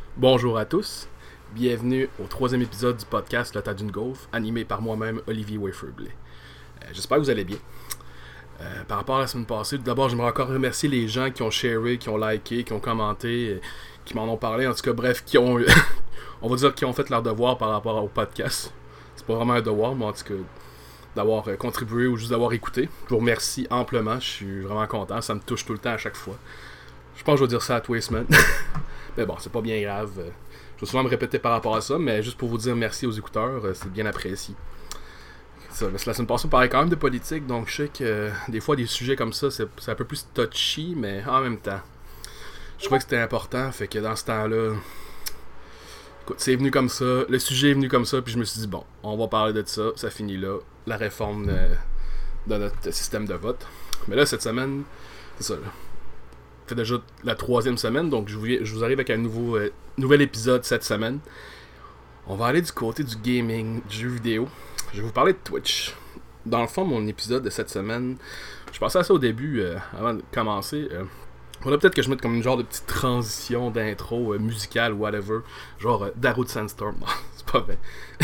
Bonjour à tous, bienvenue au troisième épisode du podcast Le Tas d'une Gaufre, animé par moi-même, Olivier Waferblay. J'espère que vous allez bien. Par rapport à la semaine passée, tout d'abord, j'aimerais encore remercier les gens qui ont sharé, qui ont liké, qui ont commenté, qui m'en ont parlé, en tout cas, bref, qui ont, on va dire, qui ont fait leur devoir par rapport au podcast. C'est pas vraiment un devoir, mais en tout cas, d'avoir contribué ou juste d'avoir écouté. Je vous remercie amplement, je suis vraiment content, ça me touche tout le temps à chaque fois. Je pense que je vais dire ça à tous les semaines. Mais bon, c'est pas bien grave. Je vais souvent me répéter par rapport à ça, mais juste pour vous dire merci aux écouteurs, c'est bien apprécié. Ça, parce que la semaine passée, on parlait quand même de politique, donc je sais que des fois, des sujets comme ça, c'est un peu plus touchy, mais en même temps, je trouvais que c'était important, fait que dans ce temps-là, écoute, c'est venu comme ça, le sujet est venu comme ça, puis je me suis dit, bon, on va parler de ça finit là, la réforme de notre système de vote. Mais là, cette semaine, c'est ça, là. C'est déjà la troisième semaine, donc je vous arrive avec un nouvel épisode cette semaine. On va aller du côté du gaming, du jeu vidéo. Je vais vous parler de Twitch. Dans le fond, mon épisode de cette semaine, je pensais à ça au début, avant de commencer. Faudrait peut-être que je mette comme une genre de petite transition d'intro musicale ou whatever. Genre Darude Sandstorm. Non, c'est pas vrai.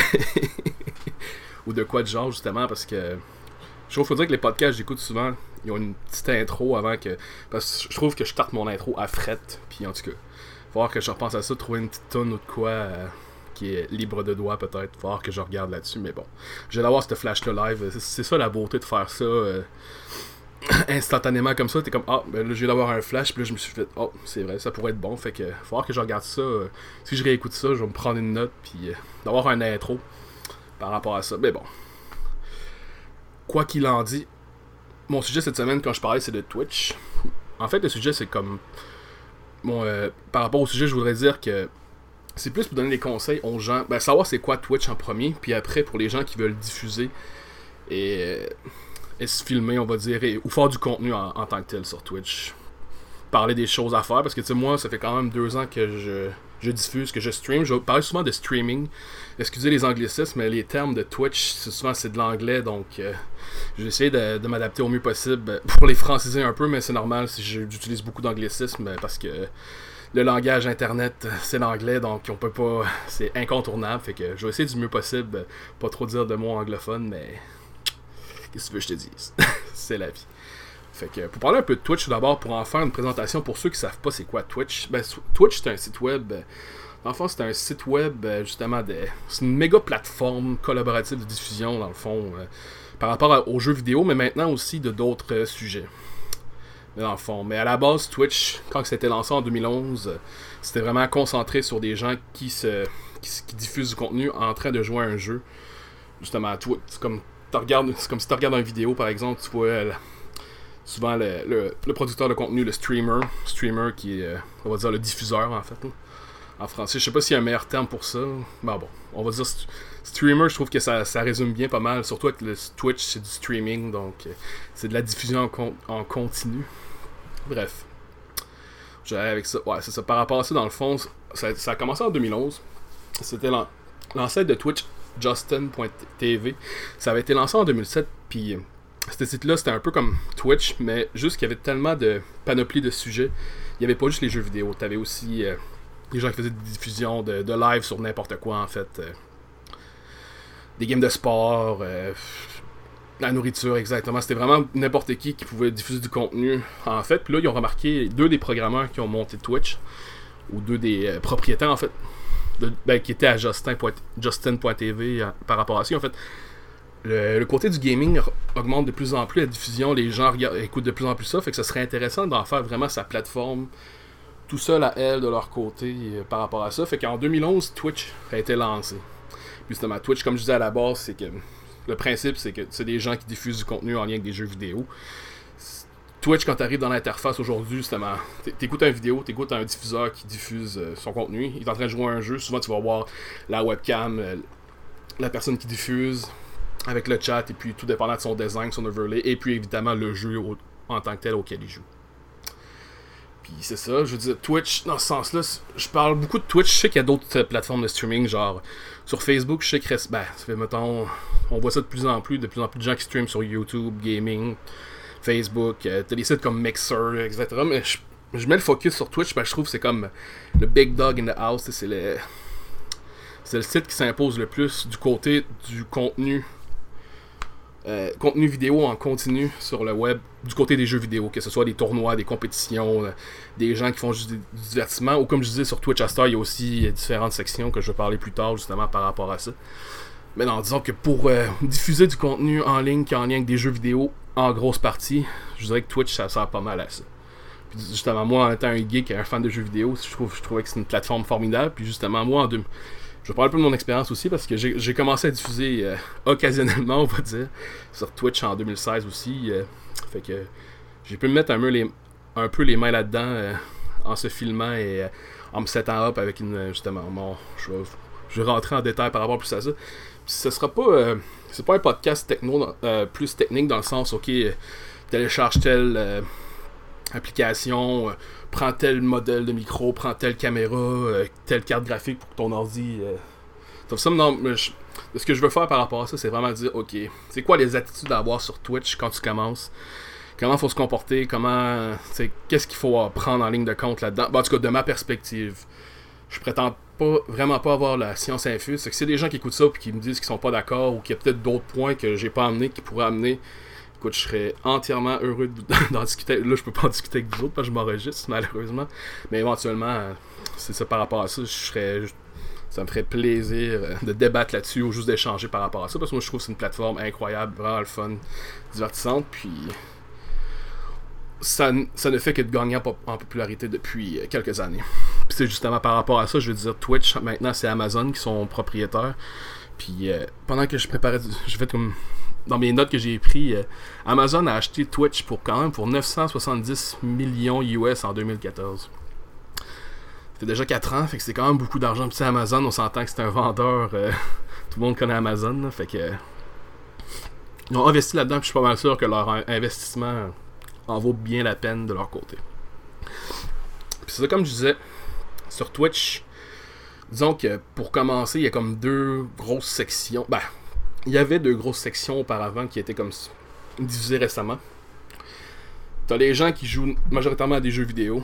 Ou de quoi de genre, justement, parce que je trouve qu'il faut dire que les podcasts que j'écoute souvent, ils ont une petite intro avant que. Parce que je trouve que je starte mon intro à fret. Puis en tout cas, il va falloir que je repense à ça, trouver une petite tonne ou de quoi qui est libre de doigts peut-être. Il va falloir que je regarde là-dessus. Mais bon, je vais avoir cette flash-là live. C'est ça la beauté de faire ça instantanément comme ça. T'es comme, ah, ben là, je vais avoir un flash. Puis là, je me suis fait, oh, c'est vrai, ça pourrait être bon. Fait que, il va falloir que je regarde ça. Si je réécoute ça, je vais me prendre une note. Puis d'avoir un intro par rapport à ça. Mais bon. Quoi qu'il en dit, mon sujet cette semaine, quand je parlais, c'est de Twitch. En fait, le sujet, c'est comme. Bon, par rapport au sujet, je voudrais dire que c'est plus pour donner des conseils aux gens. Ben, savoir c'est quoi Twitch en premier, puis après, pour les gens qui veulent diffuser et se filmer, on va dire, ou faire du contenu en tant que tel sur Twitch. Parler des choses à faire, parce que, tu sais, moi, ça fait quand même 2 ans que je diffuse, que je stream. Je parle souvent de streaming. Excusez les anglicismes, mais les termes de Twitch, c'est de l'anglais, donc je vais essayer de m'adapter au mieux possible pour les franciser un peu, mais c'est normal si j'utilise beaucoup d'anglicismes parce que le langage internet, c'est l'anglais, donc on peut pas. C'est incontournable, fait que je vais essayer du mieux possible, pas trop dire de mots anglophones, mais qu'est-ce que tu veux que je te dise? C'est la vie. Fait que pour parler un peu de Twitch d'abord, pour en faire une présentation pour ceux qui savent pas c'est quoi Twitch, ben Twitch c'est un site web. Dans le fond, c'est un site web justement c'est une méga plateforme collaborative de diffusion dans le fond par rapport aux jeux vidéo, mais maintenant aussi de d'autres sujets. Dans le fond. Mais à la base, Twitch, quand c'était lancé en 2011, c'était vraiment concentré sur des gens qui diffusent du contenu en train de jouer à un jeu. Justement, c'est comme si tu regardes une vidéo par exemple, tu vois souvent le producteur de contenu, le streamer qui est, on va dire, le diffuseur en fait, là, en français. Je sais pas s'il y a un meilleur terme pour ça. Ben bon, on va dire streamer, je trouve que ça résume bien pas mal, surtout avec le Twitch, c'est du streaming, donc c'est de la diffusion en continu. Bref, j'allais avec ça. Ouais, c'est ça. Par rapport à ça, dans le fond, ça a commencé en 2011. C'était l'ancêtre de Twitch, Justin.tv. Ça avait été lancé en 2007, puis ce site-là, c'était un peu comme Twitch, mais juste qu'il y avait tellement de panoplie de sujets. Il n'y avait pas juste les jeux vidéo. T'avais aussi des gens qui faisaient des diffusions de live sur n'importe quoi, en fait. Des games de sport, la nourriture, exactement. C'était vraiment n'importe qui pouvait diffuser du contenu, en fait. Puis là, ils ont remarqué 2 des programmeurs qui ont monté Twitch, ou 2 des propriétaires, en fait, qui étaient à Justin.tv par rapport à ça. En fait, le côté du gaming augmente de plus en plus la diffusion, les gens écoutent de plus en plus ça, fait que ça serait intéressant d'en faire vraiment sa plateforme tout seul à elle de leur côté par rapport à ça. Fait qu'en 2011, Twitch a été lancé. Puis justement, Twitch, comme je disais à la base, c'est que le principe, c'est que c'est des gens qui diffusent du contenu en lien avec des jeux vidéo. Twitch, quand t'arrives dans l'interface aujourd'hui, justement, t'écoutes une vidéo, t'écoutes un diffuseur qui diffuse son contenu, il est en train de jouer à un jeu, souvent tu vas voir la webcam, la personne qui diffuse, avec le chat, et puis tout dépendant de son design, son overlay, et puis évidemment le jeu en tant que tel auquel il joue. Puis c'est ça, je veux dire, Twitch, dans ce sens-là, je parle beaucoup de Twitch, je sais qu'il y a d'autres plateformes de streaming, genre sur Facebook, je sais que, ça fait, mettons, on voit ça de plus en plus de gens qui streament sur YouTube, gaming, Facebook, t'as des sites comme Mixer, etc. Mais je mets le focus sur Twitch parce que je trouve que c'est comme le big dog in the house. C'est le site qui s'impose le plus du côté du contenu vidéo en continu sur le web, du côté des jeux vidéo, que ce soit des tournois, des compétitions, des gens qui font juste du divertissement, ou comme je disais sur Twitch à Star, il y a aussi différentes sections que je vais parler plus tard justement par rapport à ça. Mais non, disons que pour diffuser du contenu en ligne qui est en lien avec des jeux vidéo en grosse partie, je dirais que Twitch ça sert pas mal à ça. Puis justement, moi en étant un geek et un fan de jeux vidéo, je trouvais que c'est une plateforme formidable. Puis justement, moi je vais parler un peu de mon expérience aussi parce que j'ai commencé à diffuser occasionnellement, on va dire, sur Twitch en 2016 aussi. Fait que j'ai pu me mettre un peu les mains là-dedans en se filmant et en me settant up avec je vais rentrer en détail par rapport plus à ça. Puis ce sera pas c'est pas un podcast plus technique dans le sens ok, télécharge telle application, prends tel modèle de micro, prends telle caméra, telle carte graphique pour que ton ordi non, ce que je veux faire par rapport à ça, c'est vraiment dire ok, c'est quoi les attitudes à avoir sur Twitch quand tu commences, comment faut se comporter, qu'est-ce qu'il faut prendre en ligne de compte là-dedans. En tout cas, de ma perspective, je prétends vraiment pas avoir la science infuse. C'est que c'est des gens qui écoutent ça et qui me disent qu'ils sont pas d'accord ou qu'il y a peut-être d'autres points que j'ai pas amenés qui pourraient amener. Écoute, je serais entièrement heureux d'en discuter. Là, je peux pas en discuter avec vous autres parce que je m'enregistre, malheureusement. Mais éventuellement, c'est ça par rapport à ça. Ça me ferait plaisir de débattre là-dessus ou juste d'échanger par rapport à ça. Parce que moi, je trouve que c'est une plateforme incroyable, vraiment le fun, divertissante. Puis ça ne fait que de gagner en popularité depuis quelques années. Puis c'est justement par rapport à ça, je veux dire, Twitch, maintenant, c'est Amazon qui sont propriétaires. Puis pendant que je préparais, j'ai fait comme dans mes notes que j'ai pris, Amazon a acheté Twitch pour 970 millions US en 2014. Ça fait déjà 4 ans, fait que c'est quand même beaucoup d'argent. Puis Amazon, on s'entend que c'est un vendeur, tout le monde connaît Amazon, là, fait que ils ont investi là-dedans, puis je suis pas mal sûr que leur investissement en vaut bien la peine de leur côté. Puis c'est ça, comme je disais, sur Twitch, disons que pour commencer, il y a comme 2 grosses sections. Il y avait 2 grosses sections auparavant qui étaient comme divisées récemment. T'as les gens qui jouent majoritairement à des jeux vidéo.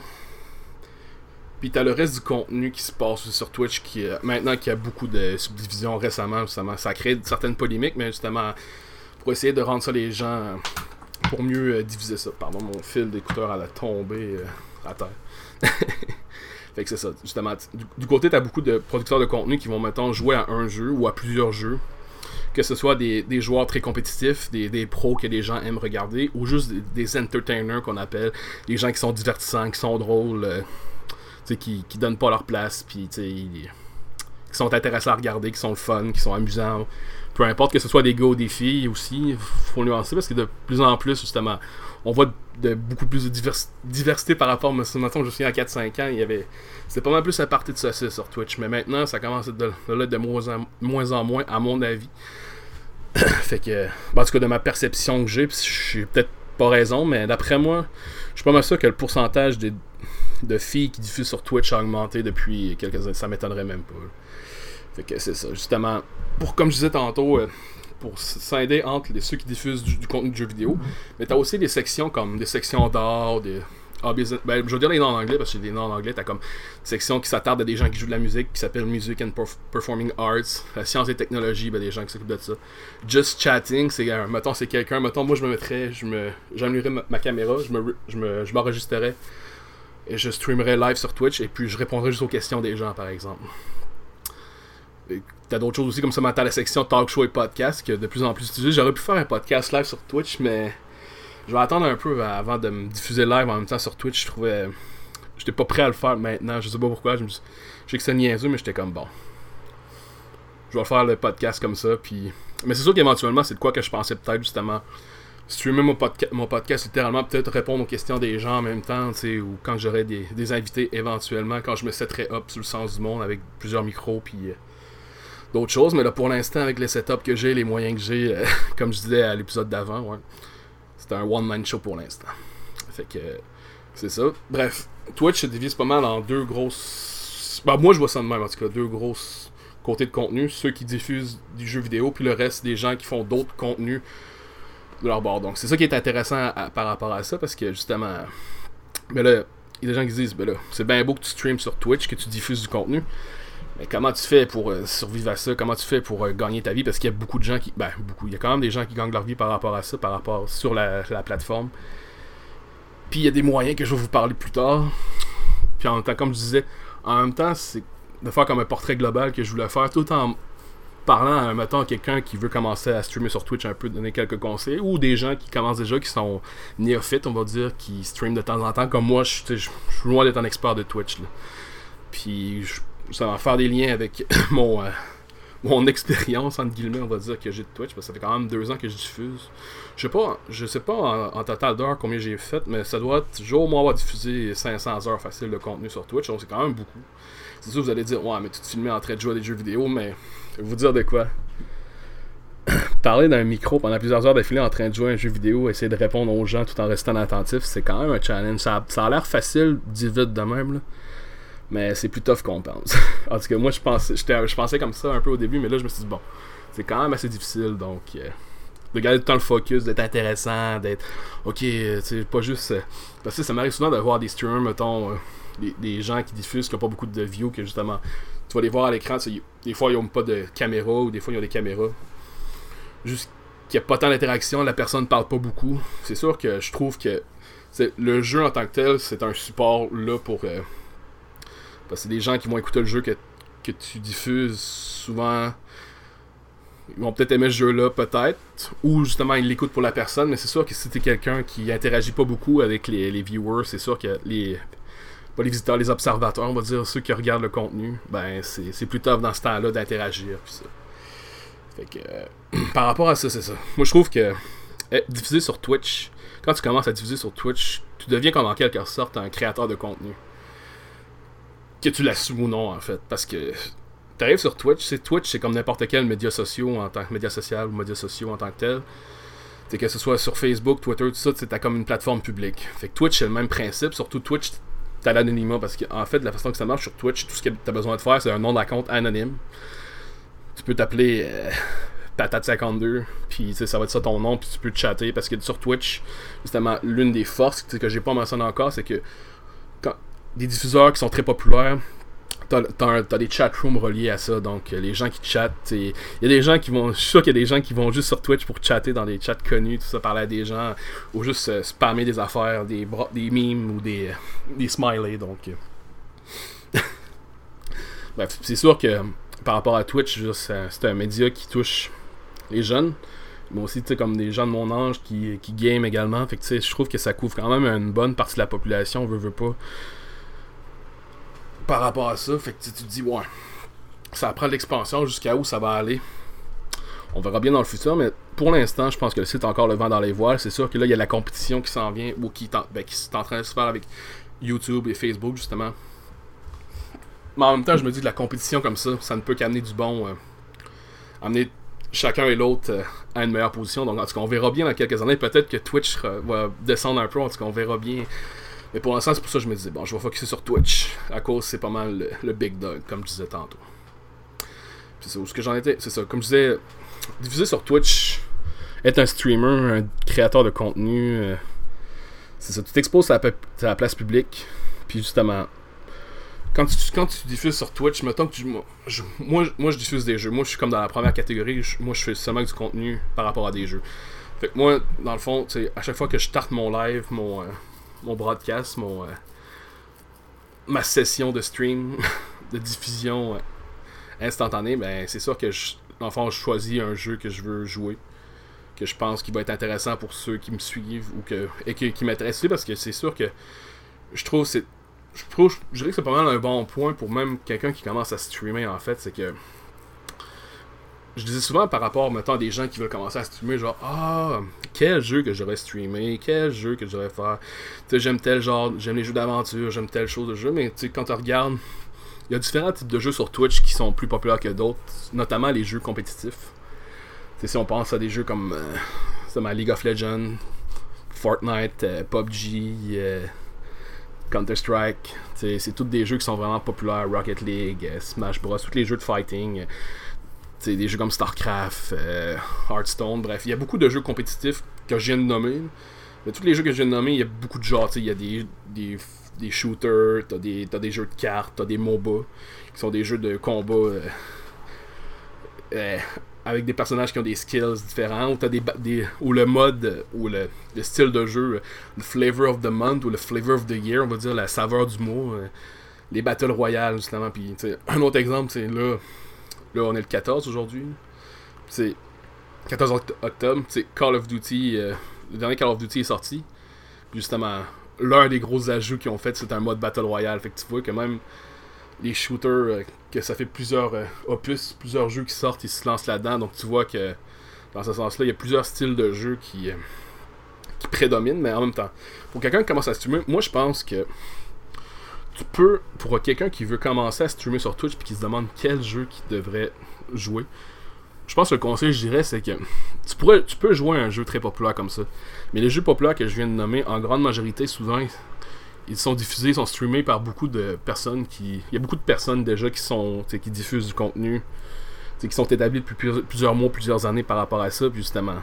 Puis t'as le reste du contenu qui se passe sur Twitch maintenant qu'il y a beaucoup de subdivisions récemment, justement. Ça crée certaines polémiques, mais justement, pour essayer de rendre ça les gens, pour mieux diviser ça. Pardon, mon fil d'écouteur allait tomber à terre. Fait que c'est ça, justement. Du côté, t'as beaucoup de producteurs de contenu qui vont, mettons, jouer à un jeu ou à plusieurs jeux. Que ce soit des joueurs très compétitifs, des pros que les gens aiment regarder, ou juste des entertainers qu'on appelle, des gens qui sont divertissants, qui sont drôles, qui donnent pas leur place, puis qui sont intéressants à regarder, qui sont le fun, qui sont amusants. Peu importe que ce soit des gars ou des filles aussi, faut nuancer parce que de plus en plus, justement, on voit de beaucoup plus de diversité par rapport, mettons, je me souviens à 4-5 ans, c'était pas mal plus à partir de ça sur Twitch, mais maintenant, ça commence à être de moins en moins, à mon avis. Fait que, en tout cas, de ma perception que j'ai, pis j'ai peut-être pas raison, mais d'après moi, je suis pas mal sûr que le pourcentage de filles qui diffusent sur Twitch a augmenté depuis quelques années, ça m'étonnerait même pas. Fait que c'est ça, justement, comme je disais tantôt, pour scinder entre ceux qui diffusent du contenu de jeux vidéo, mais t'as aussi des sections comme des sections d'art, je veux dire les noms en anglais parce que des noms en anglais, t'as comme une section qui s'attarde à des gens qui jouent de la musique qui s'appelle Music and Performing Arts, Sciences et technologies, des gens qui s'occupent de ça. Just Chatting, c'est quelqu'un, moi j'allumerais ma caméra, je m'enregistrerais et je streamerais live sur Twitch et puis je répondrais juste aux questions des gens par exemple. Et t'as d'autres choses aussi comme ça, t'as la section talk show et podcast que de plus en plus utilisée. J'aurais pu faire un podcast live sur Twitch, mais je vais attendre un peu avant de me diffuser live en même temps sur Twitch. J'étais pas prêt à le faire maintenant, je sais pas pourquoi. Je sais que c'est niaiseux, mais j'étais comme bon. Je vais faire le podcast comme ça, puis. Mais c'est sûr qu'éventuellement, c'est de quoi que je pensais peut-être justement streamer mon podcast littéralement, peut-être répondre aux questions des gens en même temps, tu sais, ou quand j'aurai des invités éventuellement, quand je me setterai up sur le sens du monde avec plusieurs micros, puis d'autres choses. Mais là, pour l'instant, avec les setups que j'ai, les moyens que j'ai, comme je disais à l'épisode d'avant, ouais. C'est un one-man show pour l'instant. Fait que c'est ça. Bref, Twitch se divise pas mal en 2 grosses... moi je vois ça de même en tout cas, 2 grosses côtés de contenu. Ceux qui diffusent du jeu vidéo, puis le reste des gens qui font d'autres contenus de leur bord. Donc c'est ça qui est intéressant par rapport à ça, parce que justement... Mais là, y a des gens qui disent, ben là, c'est bien beau que tu streames sur Twitch, que tu diffuses du contenu, mais comment tu fais pour survivre à ça? Comment tu fais pour gagner ta vie? Parce qu'il y a beaucoup de gens qui... Ben, beaucoup. Il y a quand même des gens qui gagnent leur vie par rapport à ça, par rapport sur la plateforme. Puis il y a des moyens que je vais vous parler plus tard. Puis en même temps, comme je disais, en même temps, c'est de faire comme un portrait global que je voulais faire, tout en parlant à, mettons, quelqu'un qui veut commencer à streamer sur Twitch un peu, donner quelques conseils, ou des gens qui commencent déjà, qui sont néophytes, on va dire, qui streament de temps en temps, comme moi, je suis loin d'être un expert de Twitch, là. Puis ça va faire des liens avec mon expérience, entre guillemets, on va dire, que j'ai de Twitch, parce que ça fait quand même 2 ans que je diffuse. Je sais pas en total d'heures combien j'ai fait, mais ça doit être, j'ai au moins avoir diffusé 500 heures facile de contenu sur Twitch, donc c'est quand même beaucoup. C'est sûr, vous allez dire, ouais, mais tu te filmais en train de jouer à des jeux vidéo, mais je vais vous dire de quoi. Parler d'un micro pendant plusieurs heures d'affilée en train de jouer à un jeu vidéo, essayer de répondre aux gens tout en restant attentif, c'est quand même un challenge. Ça a l'air facile, dit vite de même, là. Mais c'est plus tough qu'on pense. En tout cas, moi, je pensais comme ça un peu au début, mais là, je me suis dit, bon, c'est quand même assez difficile, donc de garder tout le temps le focus, d'être intéressant, d'être, ok, tu sais, pas juste... parce que ça m'arrive souvent de voir des streamers, mettons, des gens qui diffusent, qui n'ont pas beaucoup de views, que justement, tu vas les voir à l'écran, des fois, ils n'ont pas de caméra, ou des fois, ils ont des caméras. Juste qu'il n'y a pas tant d'interaction, la personne ne parle pas beaucoup. C'est sûr que je trouve que le jeu en tant que tel, c'est un support là pour... parce que c'est des gens qui vont écouter le jeu que tu diffuses souvent. Ils vont peut-être aimer ce jeu-là, peut-être. Ou justement, ils l'écoutent pour la personne. Mais c'est sûr que si t'es quelqu'un qui interagit pas beaucoup avec les viewers, c'est sûr que pas les visiteurs, les observateurs, on va dire, ceux qui regardent le contenu, ben c'est plus tough dans ce temps-là d'interagir. Puis ça. Fait que par rapport à ça, c'est ça. Moi, je trouve que diffuser sur Twitch, quand tu commences à diffuser sur Twitch, tu deviens comme en quelque sorte un créateur de contenu. Que tu l'assumes ou non, en fait. Parce que t'arrives sur Twitch, c'est comme n'importe quel média social en tant que média social ou média sociaux en tant que tel. T'sais, que ce soit sur Facebook, Twitter, tout ça, t'as comme une plateforme publique. Fait que Twitch, c'est le même principe. Surtout Twitch, t'as l'anonymat. Parce qu'en fait, la façon que ça marche sur Twitch, tout ce que t'as besoin de faire, c'est un nom d'un compte anonyme. Tu peux t'appeler Patate52, puis ça va être ça ton nom, puis tu peux te chatter. Parce que sur Twitch, justement, l'une des forces que j'ai pas mentionné encore, c'est que quand des diffuseurs qui sont très populaires, t'as des chatrooms reliés à ça, donc les gens qui chattent, il y a des gens qui vont, je suis sûr qu'il y a des gens qui vont juste sur Twitch pour chatter dans des chats connus, tout ça, parler à des gens, ou juste spammer des affaires, des memes ou des smileys, donc bref, c'est sûr que par rapport à Twitch, c'est un média qui touche les jeunes, mais aussi comme des gens de mon âge qui game également, fait que je trouve que ça couvre quand même une bonne partie de la population, veut pas. Par rapport à ça, fait que tu te dis, ouais, ça prend de l'expansion, jusqu'à où ça va aller. On verra bien dans le futur, mais pour l'instant, je pense que le site a encore le vent dans les voiles. C'est sûr que là, il y a la compétition qui s'en vient, ou qui est en train de se faire avec YouTube et Facebook, justement. Mais en même temps, je me dis que la compétition comme ça ne peut qu'amener du bon, amener chacun et l'autre à une meilleure position. Donc, en tout cas, on verra bien dans quelques années. Peut-être que Twitch va descendre un peu, en tout cas, on verra bien. Mais pour l'instant, c'est pour ça que je me disais, bon, je vais focusser sur Twitch, à cause c'est pas mal le big dog, comme je disais tantôt. Puis c'est ça, où ce que j'en étais, c'est ça, comme je disais, diffuser sur Twitch, être un streamer, un créateur de contenu, c'est ça, tu t'exposes à la place publique, puis justement, quand tu diffuses sur Twitch, mettons que moi je diffuse des jeux, moi je suis comme dans la première catégorie, moi je fais seulement du contenu par rapport à des jeux. Fait que moi, dans le fond, à chaque fois que je starte mon live, mon broadcast, ma session de stream, de diffusion instantanée, ben c'est sûr que dans le fond, je choisis un jeu que je veux jouer, que je pense qu'il va être intéressant pour ceux qui me suivent ou qui m'intéressent, parce que c'est sûr que je dirais que c'est pas mal un bon point pour même quelqu'un qui commence à streamer, en fait, c'est que je disais souvent par rapport, mettons, à des gens qui veulent commencer à streamer, genre, quel jeu que j'aurais streamé, quel jeu que j'aurais faire. Tu sais, j'aime tel genre, j'aime les jeux d'aventure, j'aime telle chose de jeu, mais tu sais, quand tu regardes, il y a différents types de jeux sur Twitch qui sont plus populaires que d'autres, notamment les jeux compétitifs. Tu sais, si on pense à des jeux comme League of Legends, Fortnite, PUBG, Counter-Strike, tu sais, c'est tous des jeux qui sont vraiment populaires, Rocket League, Smash Bros, tous les jeux de fighting. T'sais, des jeux comme StarCraft, Hearthstone, bref, il y a beaucoup de jeux compétitifs que je viens de nommer. Mais tous les jeux que je viens de nommer, il y a beaucoup de genres. Il y a des des shooters, t'as des jeux de cartes, t'as des MOBA, qui sont des jeux de combat avec des personnages qui ont des skills différents, ou t'as ou le mode, ou le style de jeu, le flavor of the month, ou le flavor of the year, on va dire la saveur du mois, les Battle Royale, justement. Puis, un autre exemple, c'est là, on est le 14 aujourd'hui, c'est 14 octobre, c'est Call of Duty, le dernier Call of Duty est sorti, puis justement, l'un des gros ajouts qu'ils ont fait, c'est un mode Battle Royale, fait que tu vois que même les shooters, que ça fait plusieurs opus, plusieurs jeux qui sortent, ils se lancent là-dedans, donc tu vois que dans ce sens-là, il y a plusieurs styles de jeux qui prédominent, mais en même temps, pour quelqu'un qui commence à streamer, moi je pense que tu peux, pour quelqu'un qui veut commencer à streamer sur Twitch puis qui se demande quel jeu qu'il devrait jouer, je pense que le conseil, je dirais, c'est que tu peux jouer à un jeu très populaire comme ça, mais les jeux populaires que je viens de nommer, en grande majorité, souvent, ils sont diffusés, ils sont streamés par beaucoup de personnes qui... Il y a beaucoup de personnes déjà qui diffusent du contenu, qui sont établis depuis plusieurs mois, plusieurs années par rapport à ça, puis justement.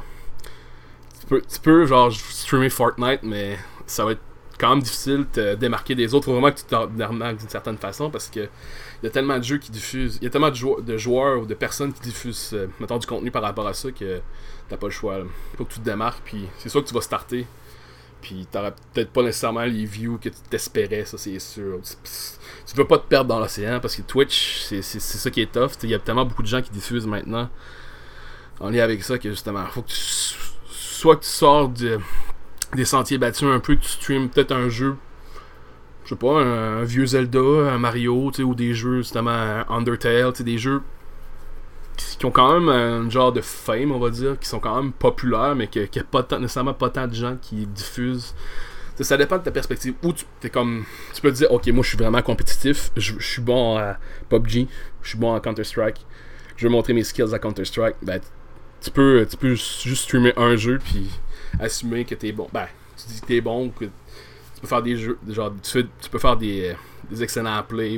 Tu peux genre streamer Fortnite, mais ça va être quand même difficile de te démarquer des autres. Faut vraiment que tu te démarques d'une certaine façon, parce que il y a tellement de jeux qui diffusent, il y a tellement de joueurs ou de personnes qui diffusent, mettons, du contenu par rapport à ça, que t'as pas le choix. Là. Faut que tu te démarques, puis c'est sûr que tu vas starter. Puis t'auras peut-être pas nécessairement les views que tu t'espérais, ça c'est sûr. Tu veux pas te perdre dans l'océan, parce que Twitch, c'est ça qui est tough. Il y a tellement beaucoup de gens qui diffusent maintenant en lien avec ça, que justement, faut que soit que tu sors des sentiers battus un peu, que tu streams peut-être un jeu, je sais pas, un vieux Zelda, un Mario, ou des jeux justement Undertale, des jeux qui ont quand même un genre de fame, on va dire, qui sont quand même populaires, mais qu'il n'y a pas nécessairement pas tant de gens qui diffusent. T'sais, ça dépend de ta perspective. Ou tu peux te dire, ok, moi je suis vraiment compétitif, je suis bon à PUBG, je suis bon à Counter-Strike, je veux montrer mes skills à Counter-Strike. Ben, tu peux juste streamer un jeu, puis assumer que t'es bon. Ben, tu dis que t'es bon, que tu peux faire des jeux, genre, tu peux faire des excellents plays,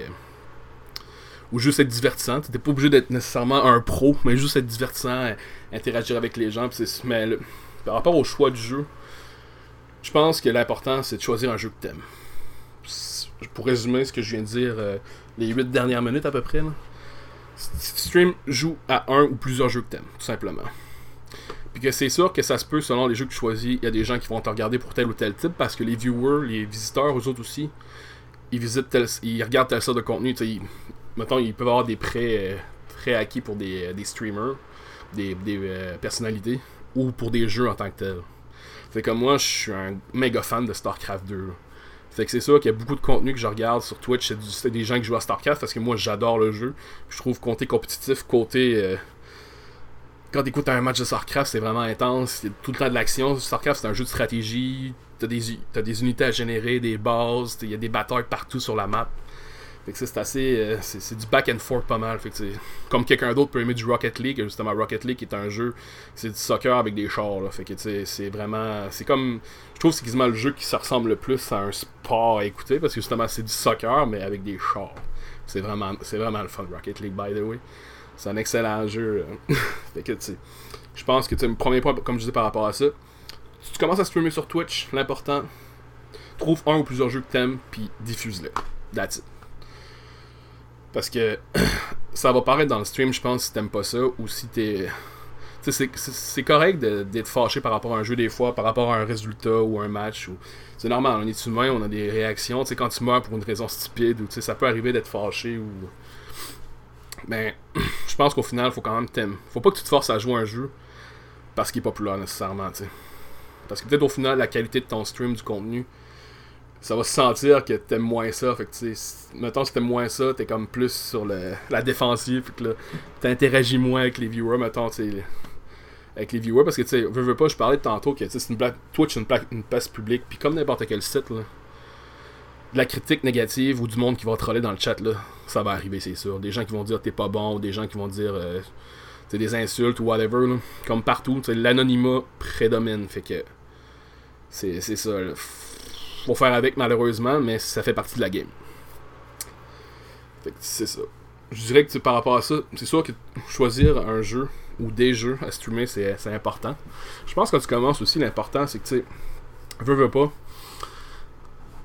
ou juste être divertissant. T'es pas obligé d'être nécessairement un pro, mais juste être divertissant, interagir avec les gens. Mais par rapport au choix du jeu, je pense que l'important, c'est de choisir un jeu que t'aimes. Pour résumer ce que je viens de dire, les 8 dernières minutes à peu près, là, si tu stream, joue à un ou plusieurs jeux que t'aimes, tout simplement. Puis que c'est sûr que ça se peut, selon les jeux que tu choisis, il y a des gens qui vont te regarder pour tel ou tel type, parce que les viewers, les visiteurs, eux autres aussi, ils regardent tel sorte de contenu, mettons, ils peuvent avoir des pré-acquis pour des streamers, des personnalités, ou pour des jeux en tant que tels. Fait que moi, je suis un méga fan de StarCraft 2. Là. Fait que c'est sûr qu'il y a beaucoup de contenu que je regarde sur Twitch, c'est des gens qui jouent à StarCraft, parce que moi, j'adore le jeu. Je trouve côté compétitif, quand tu écoutes un match de StarCraft, c'est vraiment intense. Il y a tout le temps de l'action. StarCraft, c'est un jeu de stratégie. T'as des unités à générer, des bases. Il y a des batailles partout sur la map. Fait que ça, c'est assez. C'est du back and forth pas mal. Fait que comme quelqu'un d'autre peut aimer du Rocket League, justement, Rocket League est un jeu. C'est du soccer avec des chars. Là. Fait que c'est vraiment. C'est comme. Je trouve que c'est quasiment le jeu qui se ressemble le plus à un sport à écouter. Parce que justement, c'est du soccer, mais avec des chars. C'est vraiment le fun, Rocket League, by the way. C'est un excellent jeu. Fait que, tu sais, je pense que, le premier point, comme je disais par rapport à ça, si tu commences à streamer sur Twitch, l'important, trouve un ou plusieurs jeux que t'aimes, puis diffuse-les. That's it. Parce que ça va paraître dans le stream, je pense, si t'aimes pas ça, ou si t'es... Tu sais, c'est correct d'être fâché par rapport à un jeu des fois, par rapport à un résultat ou un match. C'est normal, on est humain, on a des réactions. Tu sais, quand tu meurs pour une raison stupide, ou tu sais, ça peut arriver d'être fâché, ou... Mais je pense qu'au final, faut quand même t'aimer. Faut pas que tu te forces à jouer un jeu parce qu'il est populaire nécessairement, tu sais. Parce que peut-être au final, la qualité de ton stream, du contenu, ça va se sentir que t'aimes moins ça. Fait que tu sais, mettons si t'aimes moins ça, t'es comme plus sur la défensive. Fait que là, t'interagis moins avec les viewers, mettons, tu sais. Avec les viewers, parce que tu sais, veux pas, je parlais de tantôt que c'est Twitch, une place publique, puis comme n'importe quel site, là. De la critique négative ou du monde qui va troller dans le chat, là, ça va arriver, c'est sûr. Des gens qui vont dire t'es pas bon, ou des gens qui vont dire des insultes ou whatever, là. Comme partout, l'anonymat prédomine, fait que c'est ça, là. Faut faire avec malheureusement, mais ça fait partie de la game. Fait que c'est ça. Je dirais que par rapport à ça, c'est sûr que choisir un jeu ou des jeux à streamer, c'est important. Je pense que quand tu commences aussi, l'important c'est que tu sais, veux pas.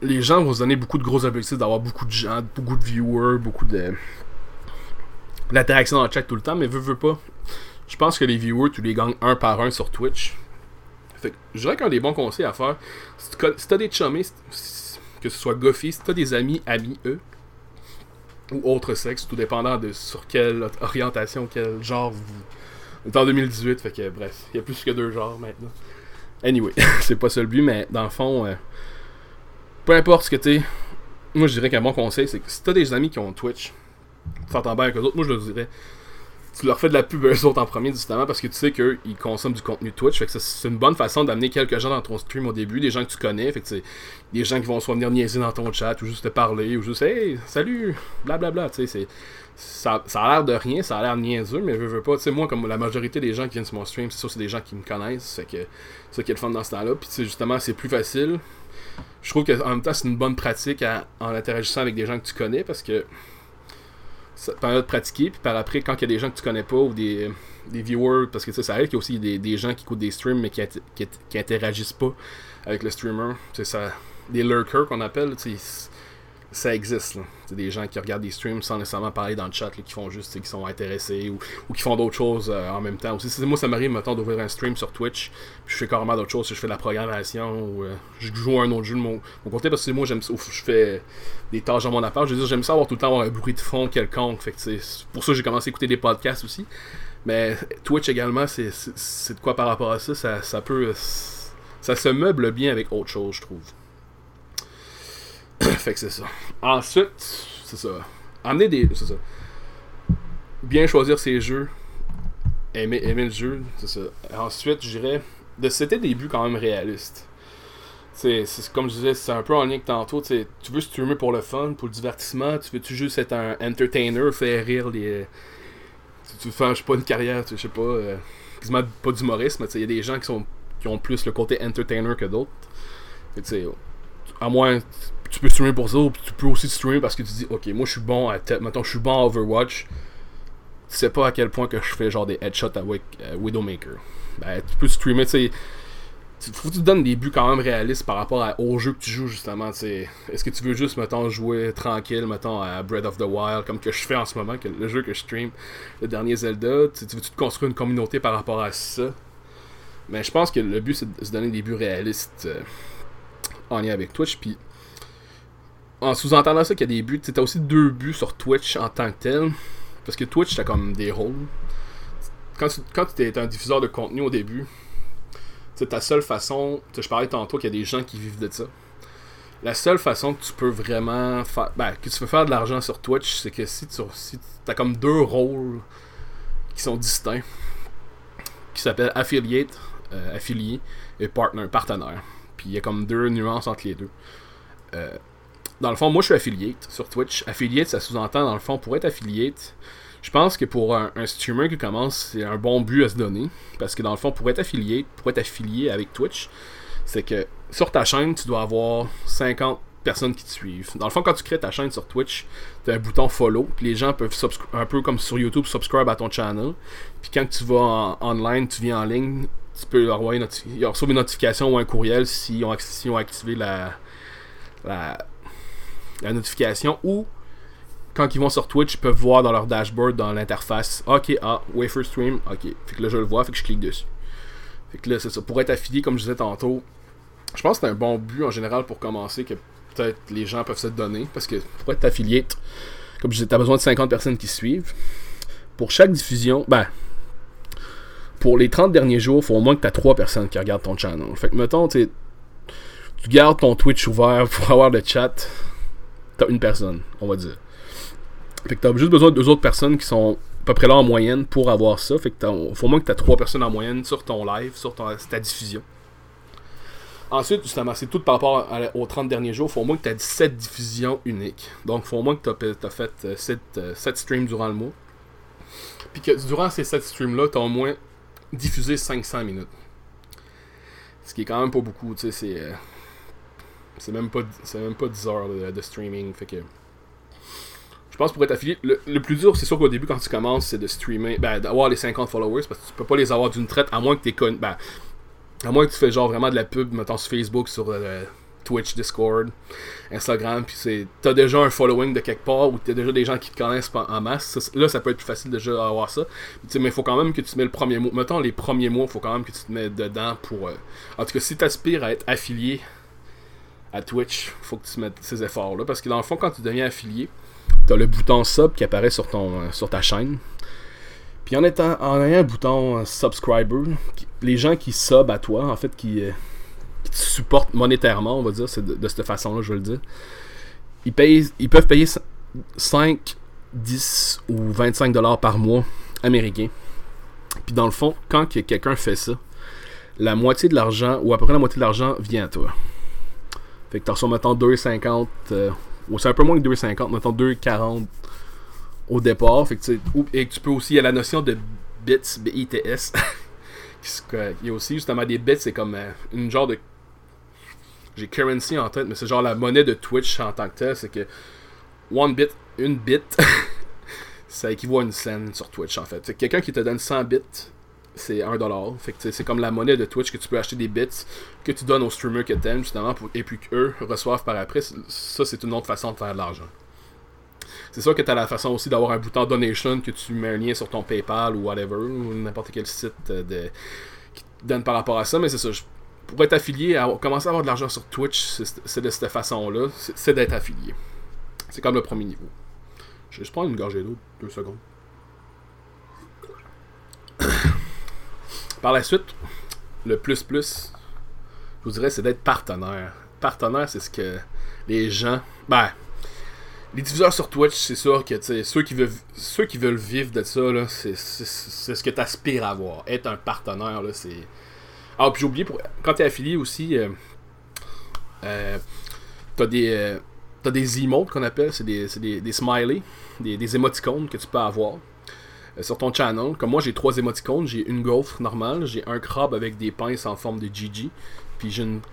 les gens vont se donner beaucoup de gros objectifs d'avoir beaucoup de gens, beaucoup de viewers, beaucoup d'interaction dans le chat tout le temps, mais veux pas. Je pense que les viewers, tu les gagnes un par un sur Twitch. Fait que je dirais qu'un des bons conseils à faire, si t'as des chummies, que ce soit Goffy, si t'as des amis, eux, ou autre sexe, tout dépendant de sur quelle orientation, quel genre vous... On est en 2018, fait que bref, il y a plus que 2 genres maintenant. Anyway, c'est pas ça le but, mais dans le fond, peu importe ce que t'es, moi je dirais qu'un bon conseil, c'est que si t'as des amis qui ont Twitch, tu t'entends bien avec eux autres, moi je leur dirais, tu leur fais de la pub eux autres en premier, justement, parce que tu sais qu'eux, ils consomment du contenu Twitch. Fait que c'est une bonne façon d'amener quelques gens dans ton stream au début, des gens que tu connais. Fait que c'est des gens qui vont soit venir niaiser dans ton chat, ou juste te parler, ou juste hey, salut, blablabla. Tu sais, ça a l'air de rien, ça a l'air niaiseux, mais veux pas. Tu sais, moi, comme la majorité des gens qui viennent sur mon stream, c'est sûr, c'est des gens qui me connaissent. Fait que c'est ça qui est le fun dans ce temps-là. Puis tu sais, justement, c'est plus facile. Je trouve qu'en même temps, c'est une bonne pratique en interagissant avec des gens que tu connais, parce que ça te permet de pratiquer, puis par après, quand il y a des gens que tu connais pas ou des viewers, parce que ça arrive qu'il y a aussi des gens qui écoutent des streams mais qui interagissent pas avec le streamer. Ça, des lurkers qu'on appelle, ça existe. C'est des gens qui regardent des streams sans nécessairement parler dans le chat, là, qui font juste, qui sont intéressés ou qui font d'autres choses en même temps. Aussi, moi, ça m'arrive, mettons, d'ouvrir un stream sur Twitch, puis je fais carrément d'autres choses. Je fais de la programmation ou je joue à un autre jeu de mon côté, parce que moi, je fais des tâches dans mon appart. Je veux dire, j'aime ça avoir tout le temps avoir un bruit de fond quelconque. Fait que c'est pour ça que j'ai commencé à écouter des podcasts aussi. Mais Twitch également, c'est de quoi par rapport à ça, ça peut... ça se meuble bien avec autre chose, je trouve. Fait que c'est ça. Ensuite, c'est ça. C'est ça. Bien choisir ses jeux. Aimer le jeu, c'est ça. Ensuite, je dirais, de c'était des buts quand même réalistes. C'est comme je disais, c'est un peu en lien que tantôt. Tu veux streamer pour le fun, pour le divertissement. Tu juste être un entertainer, faire rire les... Tu veux faire, je sais pas, une carrière, je sais pas, quasiment pas d'humoriste, mais il y a des gens qui ont plus le côté entertainer que d'autres. Tu sais, à moins... Tu peux streamer pour ça, ou tu peux aussi streamer parce que tu dis, ok, moi je suis bon à mettons, je suis bon à Overwatch. Tu sais pas à quel point que je fais genre des headshots avec Widowmaker. Ben, tu peux streamer, tu sais. Faut que tu te donnes des buts quand même réalistes par rapport au jeu que tu joues, justement. T'sais. Est-ce que tu veux juste, mettons, jouer tranquille, mettons, à Breath of the Wild, comme que je fais en ce moment, le jeu que je stream, le dernier Zelda. Tu veux-tu te construire une communauté par rapport à ça? Mais je pense que le but, c'est de se donner des buts réalistes en lien avec Twitch, puis en sous-entendant ça qu'il y a des buts, t'as aussi 2 buts sur Twitch en tant que tel. Parce que Twitch, t'as comme des rôles. Quand tu es un diffuseur de contenu au début, ta seule façon, je parlais tantôt qu'il y a des gens qui vivent de ça. La seule façon que tu peux vraiment faire, que tu peux faire de l'argent sur Twitch, c'est que si t'as comme 2 rôles qui sont distincts, qui s'appellent affiliate, affilié, et partenaire. Puis il y a comme 2 nuances entre les deux. Dans le fond, moi je suis affiliate sur Twitch. Affiliate, ça sous-entend, dans le fond, pour être affiliate, je pense que pour un streamer qui commence, c'est un bon but à se donner. Parce que dans le fond, pour être affilié avec Twitch, c'est que sur ta chaîne, tu dois avoir 50 personnes qui te suivent. Dans le fond, quand tu crées ta chaîne sur Twitch, tu as un bouton follow, puis les gens peuvent, un peu comme sur YouTube, subscribe à ton channel. Puis quand tu vas online, tu viens en ligne, tu peux leur envoyer ils reçoivent une notification ou un courriel s'ils ont activé la notification, ou quand ils vont sur Twitch, ils peuvent voir dans leur dashboard, dans l'interface, ok, Wafer Stream, ok. Fait que là, je le vois, fait que je clique dessus. Fait que là, c'est ça. Pour être affilié, comme je disais tantôt, je pense que c'est un bon but en général pour commencer, que peut-être les gens peuvent se donner, parce que pour être affilié, comme je disais, t'as besoin de 50 personnes qui suivent. Pour chaque diffusion, pour les 30 derniers jours, il faut au moins que t'as 3 personnes qui regardent ton channel. Fait que, mettons, tu gardes ton Twitch ouvert pour avoir le chat, t'as une personne, on va dire. Fait que t'as juste besoin de 2 autres personnes qui sont à peu près là en moyenne pour avoir ça. Fait que faut au moins que t'as 3 personnes en moyenne sur ton live, sur ta diffusion. Ensuite, justement, c'est tout par rapport aux 30 derniers jours. Faut au moins que t'as 17 diffusions uniques. Donc, faut au moins que t'as fait 7 streams durant le mois. Puis que durant ces 7 streams-là, t'as au moins diffusé 500 minutes. Ce qui est quand même pas beaucoup, tu sais, c'est même pas 10 heures de streaming. Fait que je pense pour être affilié, le plus dur, c'est sûr qu'au début, quand tu commences, c'est de streamer, d'avoir les 50 followers, parce que tu peux pas les avoir d'une traite, à moins que tu fais genre vraiment de la pub, mettons sur Facebook, sur Twitch, Discord, Instagram, puis t'as déjà un following de quelque part, ou t'as déjà des gens qui te connaissent en masse. Là, ça peut être plus facile déjà d'avoir ça. Mais il faut quand même que tu te mets le premier mois. Mettons, les premiers mois, il faut quand même que tu te mets dedans pour... En tout cas, si t'aspires à être affilié à Twitch, faut que tu mettes ces efforts-là. Parce que dans le fond, quand tu deviens affilié, t'as le bouton sub qui apparaît sur ta chaîne. Puis en ayant un bouton subscriber, les gens qui sub à toi, en fait, qui te supportent monétairement, on va dire, c'est de cette façon-là, je veux le dire, ils peuvent payer 5, 10 ou 25$ par mois américains. Puis dans le fond, quand quelqu'un fait ça, la moitié de l'argent, ou à peu près la moitié de l'argent, vient à toi. Fait que tu reçois, mettons, 2,50, ou c'est un peu moins que 2,50, mettons 2,40 au départ. Fait que et tu peux aussi, il y a la notion de bits, BITS. Il y a aussi justement des bits, c'est comme une genre de... J'ai currency en tête, mais c'est genre la monnaie de Twitch en tant que tel. C'est que une bit, ça équivaut à une scène sur Twitch en fait. Fait que quelqu'un qui te donne 100 bits, c'est $1. Fait que c'est comme la monnaie de Twitch que tu peux acheter des bits que tu donnes aux streamers que t'aimes justement, et puis qu'eux reçoivent par après. Ça, c'est une autre façon de faire de l'argent. C'est sûr que tu as la façon aussi d'avoir un bouton donation que tu mets un lien sur ton PayPal ou whatever, ou n'importe quel site qui te donne par rapport à ça, mais c'est ça. Pour être affilié, commencer à avoir de l'argent sur Twitch, c'est de cette façon-là, c'est d'être affilié. C'est comme le premier niveau. Je vais juste prendre une gorgée d'eau, 2 secondes. Par la suite, le plus, je vous dirais, c'est d'être partenaire. Partenaire, c'est ce que les gens... les diffuseurs sur Twitch, c'est sûr que ceux qui veulent vivre de ça, là, c'est ce que tu aspires à avoir. Être un partenaire, là, c'est... Ah, puis j'ai oublié, quand tu es affilié aussi, t'as des emotes qu'on appelle, c'est des smileys, des émoticônes que tu peux avoir sur ton channel. Comme moi, j'ai 3 émoticônes. J'ai une gaufre normale, j'ai un crabe avec des pinces en forme de GG, puis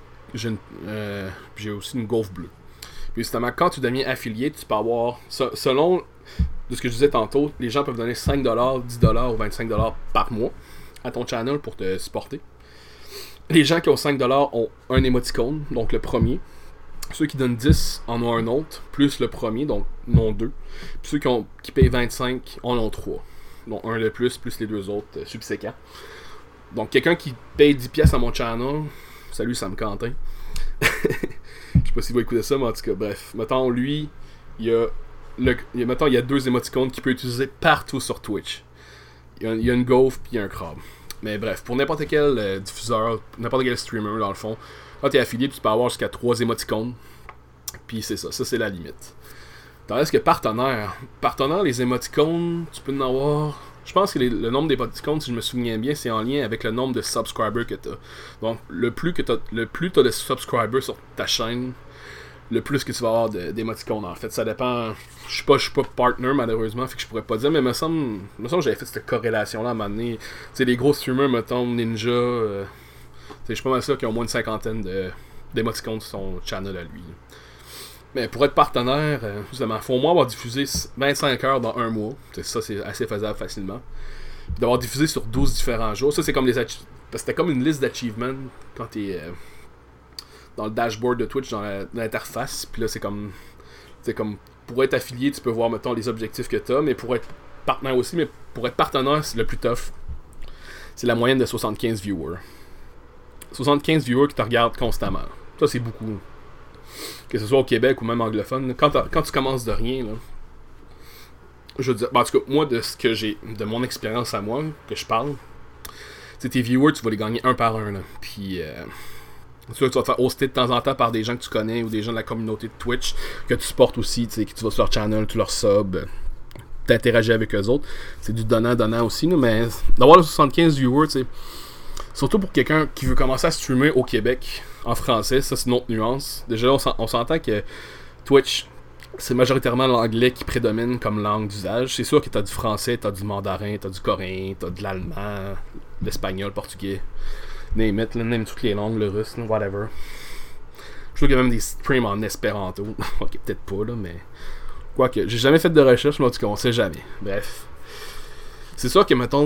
j'ai aussi une gaufre bleue. Puis justement, quand tu deviens affilié, tu peux avoir, selon de ce que je disais tantôt, les gens peuvent donner 5$, 10$ ou 25$ par mois à ton channel pour te supporter. Les gens qui ont 5$ ont un émoticône, donc le premier. Ceux qui donnent 10 en ont un autre, plus le premier, donc non 2. Puis ceux qui payent 25 en ont 3. Donc un de plus les 2 autres subséquents. Donc quelqu'un qui paye 10$ à mon channel, salut Sam Quentin. Je sais pas s'il va écouter ça, mais en tout cas, bref. Mettons, lui, il y a 2 émoticônes qu'il peut utiliser partout sur Twitch. Il y a une gaufre puis un crabe. Mais bref, pour n'importe quel diffuseur, n'importe quel streamer, dans le fond, quand tu es affilié, tu peux avoir jusqu'à 3 émoticônes. Puis c'est ça c'est la limite. Tandis que partenaire, les émoticônes, tu peux en avoir... Je pense que le nombre d'émoticônes, si je me souviens bien, c'est en lien avec le nombre de subscribers que tu as. Donc, le plus tu as de subscribers sur ta chaîne, le plus que tu vas avoir d'émoticônes. En fait, ça dépend. Je suis pas partner, malheureusement, fait que je pourrais pas dire, mais il me semble que j'avais fait cette corrélation-là à un moment donné. Tu sais, les gros streamers, mettons, Ninja, je suis pas mal sûr qu'ils ont au moins une 50aine d'émoticônes sur son channel à lui. Mais pour être partenaire, justement, il faut au moins avoir diffusé 25 heures dans un mois. Ça, c'est assez faisable facilement. Puis d'avoir diffusé sur 12 différents jours. Ça, c'est comme parce que c'était comme une liste d'achievements quand t'es dans le dashboard de Twitch, dans l'interface. Puis là, c'est comme pour être affilié, tu peux voir, mettons, les objectifs que t'as. Mais pour être partenaire aussi, mais pour être partenaire, c'est le plus tough. C'est la moyenne de 75 viewers. 75 viewers qui te regardent constamment. Ça, c'est beaucoup. Que ce soit au Québec ou même anglophone, quand tu commences de rien, là, je veux dire, en tout cas, moi, de ce que j'ai, de mon expérience à moi, que je parle, tes viewers, tu vas les gagner un par un, là. Puis, tu vas te faire hoster de temps en temps par des gens que tu connais ou des gens de la communauté de Twitch que tu supportes aussi, que tu vas sur leur channel, tu leur sub, t'interagis avec eux autres. C'est du donnant aussi, là, mais d'avoir le 75 viewers, tu sais. Surtout pour quelqu'un qui veut commencer à streamer au Québec en français, ça c'est une autre nuance. Déjà là, on s'entend que Twitch, c'est majoritairement l'anglais qui prédomine comme langue d'usage. C'est sûr que t'as du français, t'as du mandarin, t'as du coréen, t'as de l'allemand, l'espagnol, le portugais, name toutes les langues, le russe, whatever. Je trouve qu'il y a même des streams en espéranto. Ok, peut-être pas là, mais... Quoique, j'ai jamais fait de recherche, mais en tout cas, on sait jamais. Bref. C'est sûr que, mettons,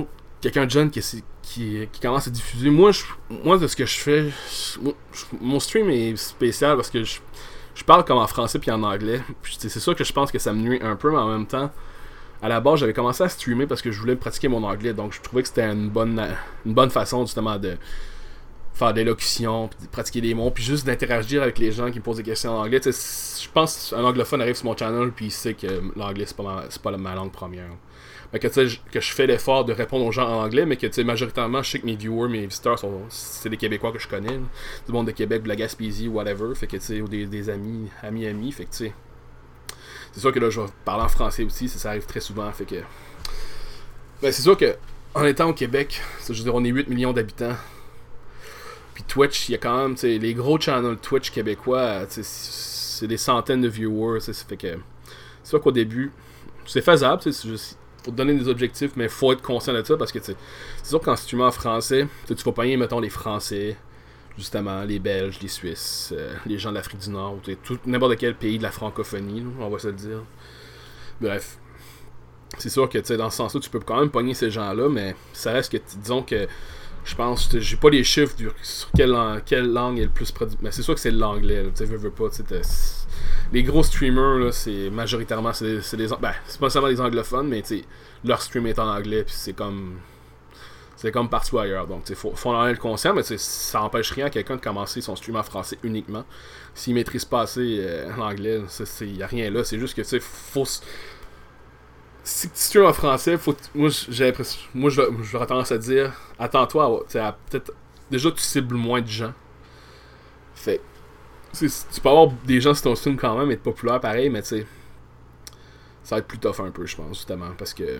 quelqu'un de jeune qui commence à diffuser. Moi de ce que je fais, mon stream est spécial parce que je parle comme en français puis en anglais. Puis, c'est sûr que je pense que ça me nuit un peu, mais en même temps, à la base, j'avais commencé à streamer parce que je voulais pratiquer mon anglais. Donc, je trouvais que c'était une bonne façon, justement, de faire des locutions, puis de pratiquer des mots, puis juste d'interagir avec les gens qui me posent des questions en anglais. Je pense qu'un anglophone arrive sur mon channel, puis il sait que l'anglais, c'est pas ma langue première. Fait que, que je fais l'effort de répondre aux gens en anglais, mais que, majoritairement, je sais que mes viewers, mes visiteurs, c'est des Québécois que je connais, là. Du monde de Québec, de la Gaspésie, whatever. Fait que, ou des amis. Fait que, c'est sûr que là, je vais parler en français aussi, ça arrive très souvent. Fait que. Ben, c'est sûr que, en étant au Québec, je veux dire, on est 8 millions d'habitants. Puis Twitch, il y a quand même, les gros channels Twitch québécois, c'est des centaines de viewers. Ça fait que. C'est sûr qu'au début, c'est faisable, c'est juste. Pour te donner des objectifs, mais faut être conscient de ça parce que c'est sûr que quand tu mets en français, tu vas pogner, mettons, les Français, justement, les Belges, les Suisses, les gens de l'Afrique du Nord, n'importe quel pays de la francophonie, là, on va se le dire. Bref. C'est sûr que dans ce sens-là, tu peux quand même pogner ces gens-là, mais ça reste que, disons que, je pense, j'ai pas les chiffres sur quelle langue est le plus produit. Mais c'est sûr que c'est l'anglais, tu veux pas, les gros streamers, là, c'est majoritairement, c'est pas seulement les anglophones, mais leur stream est en anglais, puis c'est comme partout ailleurs. Donc, faut en être conscient, mais ça empêche rien à quelqu'un de commencer son stream en français uniquement. S'il maîtrise pas assez l'anglais, il y a rien là. C'est juste que, faut. Si tu stream en français, j'aurais tendance à dire, attends-toi à peut-être. Déjà, tu cibles moins de gens. Fait. Tu peux avoir des gens sur ton stream quand même, être populaire pareil, mais ça va être plus tough un peu, je pense, justement, parce que.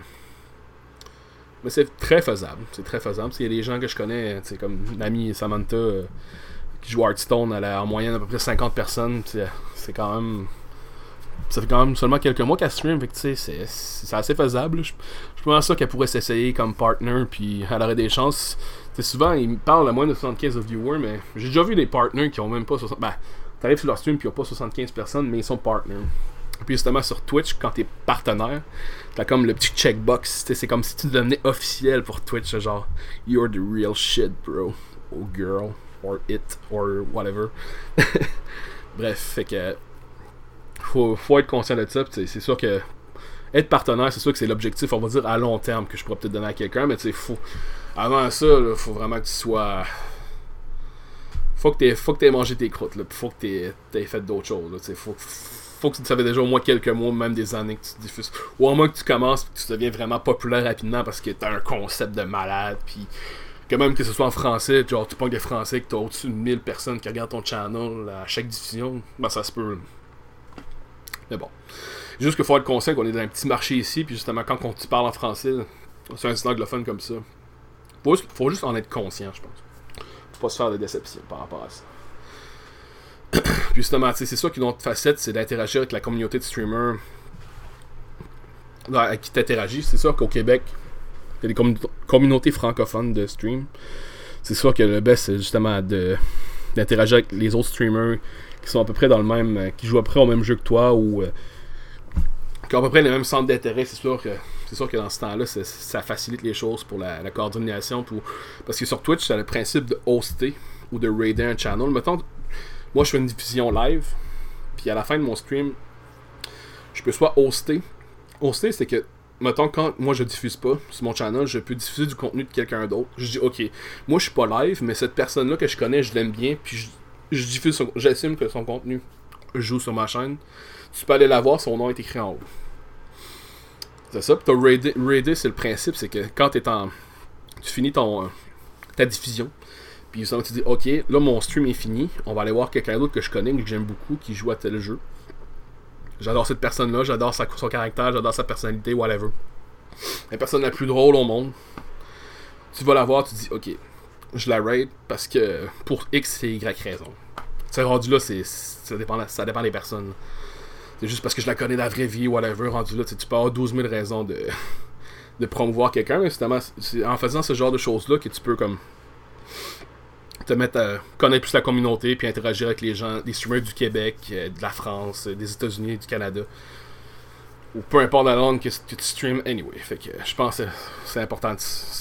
Mais c'est très faisable. C'est très faisable. Il y a des gens que je connais, comme l'ami Samantha qui joue Hearthstone, elle a en moyenne à peu près 50 personnes. C'est quand même. Ça fait quand même seulement quelques mois qu'elle stream, fait que c'est assez faisable. Je pense ça qu'elle pourrait s'essayer comme partner, puis elle aurait des chances. Souvent, ils me parlent à moins de 75 viewers, mais j'ai déjà vu des partners qui ont même pas 60. Ben, t'arrives sur leur stream, puis ils ont pas 75 personnes, mais ils sont partners. Puis justement, sur Twitch, quand t'es partenaire, t'as comme le petit checkbox. C'est comme si tu devenais officiel pour Twitch, genre, you're the real shit, bro. Or girl, or it, or whatever. Bref, fait que. Faut être conscient de ça. C'est sûr que être partenaire, c'est sûr que c'est l'objectif, on va dire, à long terme que je pourrais peut-être donner à quelqu'un, mais avant ça, il faut vraiment que tu sois. Faut que t'aies mangé tes croûtes, là, faut que t'aies fait d'autres choses. Là, faut que tu savais déjà au moins quelques mois, même des années que tu diffuses. Ou au moins que tu commences et que tu deviens vraiment populaire rapidement parce que t'as un concept de malade, puis que même que ce soit en français, genre tu pognes des français, que t'as au-dessus de 1000 personnes qui regardent ton channel à chaque diffusion, ben ça se peut. Mais bon. Juste qu'il faut être conscient qu'on est dans un petit marché ici, puis justement, quand tu parles en français, c'est un anglophone comme ça. Faut juste en être conscient, je pense. Faut pas se faire de déception par rapport à ça. Puis justement, c'est sûr qu'une autre facette, c'est d'interagir avec la communauté de streamers qui t'interagit. C'est sûr qu'au Québec, il y a des communautés francophones de stream. C'est sûr que le best, c'est justement d'interagir avec les autres streamers qui sont à peu près dans le même, qui jouent à peu près au même jeu que toi ou qui ont à peu près les mêmes centres d'intérêt. C'est sûr que dans ce temps-là, ça facilite les choses pour la coordination. Parce que sur Twitch, c'est le principe de hoster ou de raider un channel. Mettons, moi je fais une diffusion live, puis à la fin de mon stream, je peux soit hoster. Hoster, c'est que, mettons, quand moi je diffuse pas sur mon channel, je peux diffuser du contenu de quelqu'un d'autre. Je dis, ok, moi je suis pas live, mais cette personne-là que je connais, je l'aime bien, puis je diffuse, j'assume que son contenu joue sur ma chaîne. Tu peux aller la voir, son nom est écrit en haut. C'est ça. Puis raider, c'est le principe, c'est que quand tu finis ta diffusion, puis tu dis, ok, là mon stream est fini, on va aller voir quelqu'un d'autre que je connais, que j'aime beaucoup, qui joue à tel jeu. J'adore cette personne-là, j'adore son caractère, j'adore sa personnalité, whatever. La personne la plus drôle au monde. Tu vas la voir, tu dis, ok, je la raid parce que pour X et Y raison. C'est rendu là, ça dépend des personnes. C'est juste parce que je la connais dans la vraie vie, whatever, rendu là, tu peux avoir 12 000 raisons de promouvoir quelqu'un, mais justement, c'est en faisant ce genre de choses-là que tu peux comme te mettre à connaître plus la communauté puis interagir avec les gens, les streamers du Québec, de la France, des États-Unis, du Canada. ou peu importe la langue que tu stream anyway. Fait que je pense que c'est important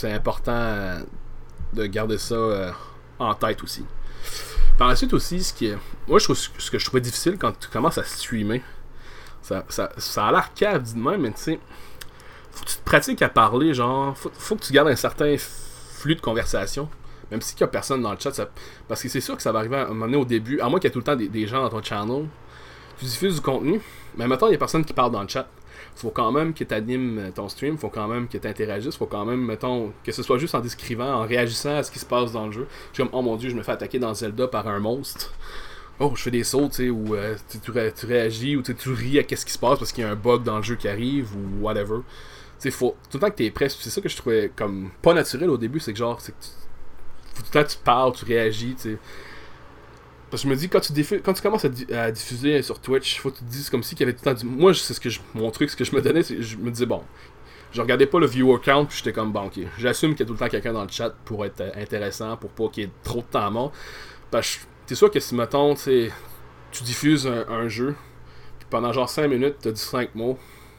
de garder ça en tête aussi. Par la suite aussi, moi ce que je trouvais difficile quand tu commences à streamer, ça a l'air cave dit de même, mais tu sais, faut que tu te pratiques à parler, genre, faut que tu gardes un certain flux de conversation, même s'il y a personne dans le chat, parce que c'est sûr que ça va arriver à un moment donné au début, à moins qu'il y ait tout le temps des gens dans ton channel, tu diffuses du contenu, mais maintenant il y a personne qui parle dans le chat. Faut quand même que tu animes ton stream, faut quand même que tu interagisses, faut quand même, mettons, que ce soit juste en décrivant, en réagissant à ce qui se passe dans le jeu. Je suis comme, oh mon dieu, je me fais attaquer dans Zelda par un monstre. Oh, je fais des sauts, tu sais, ou tu réagis, ou tu ris à qu'est-ce qui se passe parce qu'il y a un bug dans le jeu qui arrive, ou whatever. Tu sais, faut tout le temps que t'es prêt, c'est ça que je trouvais comme pas naturel au début, c'est que genre, faut tout le temps que tu parles, tu réagis, tu sais. Parce que je me dis, quand tu commences à diffuser sur Twitch, faut que tu te dises comme si qu'il y avait tout le temps Moi, c'est mon truc, ce que je me donnais, c'est je me disais, bon, je regardais pas le viewer count, puis j'étais comme, bon, ok, j'assume qu'il y a tout le temps quelqu'un dans le chat pour être intéressant, pour pas qu'il y ait trop de temps mort. Parce que t'es sûr que si, mettons, tu diffuses un jeu, puis pendant genre 5 minutes, t'as dit 5 mots,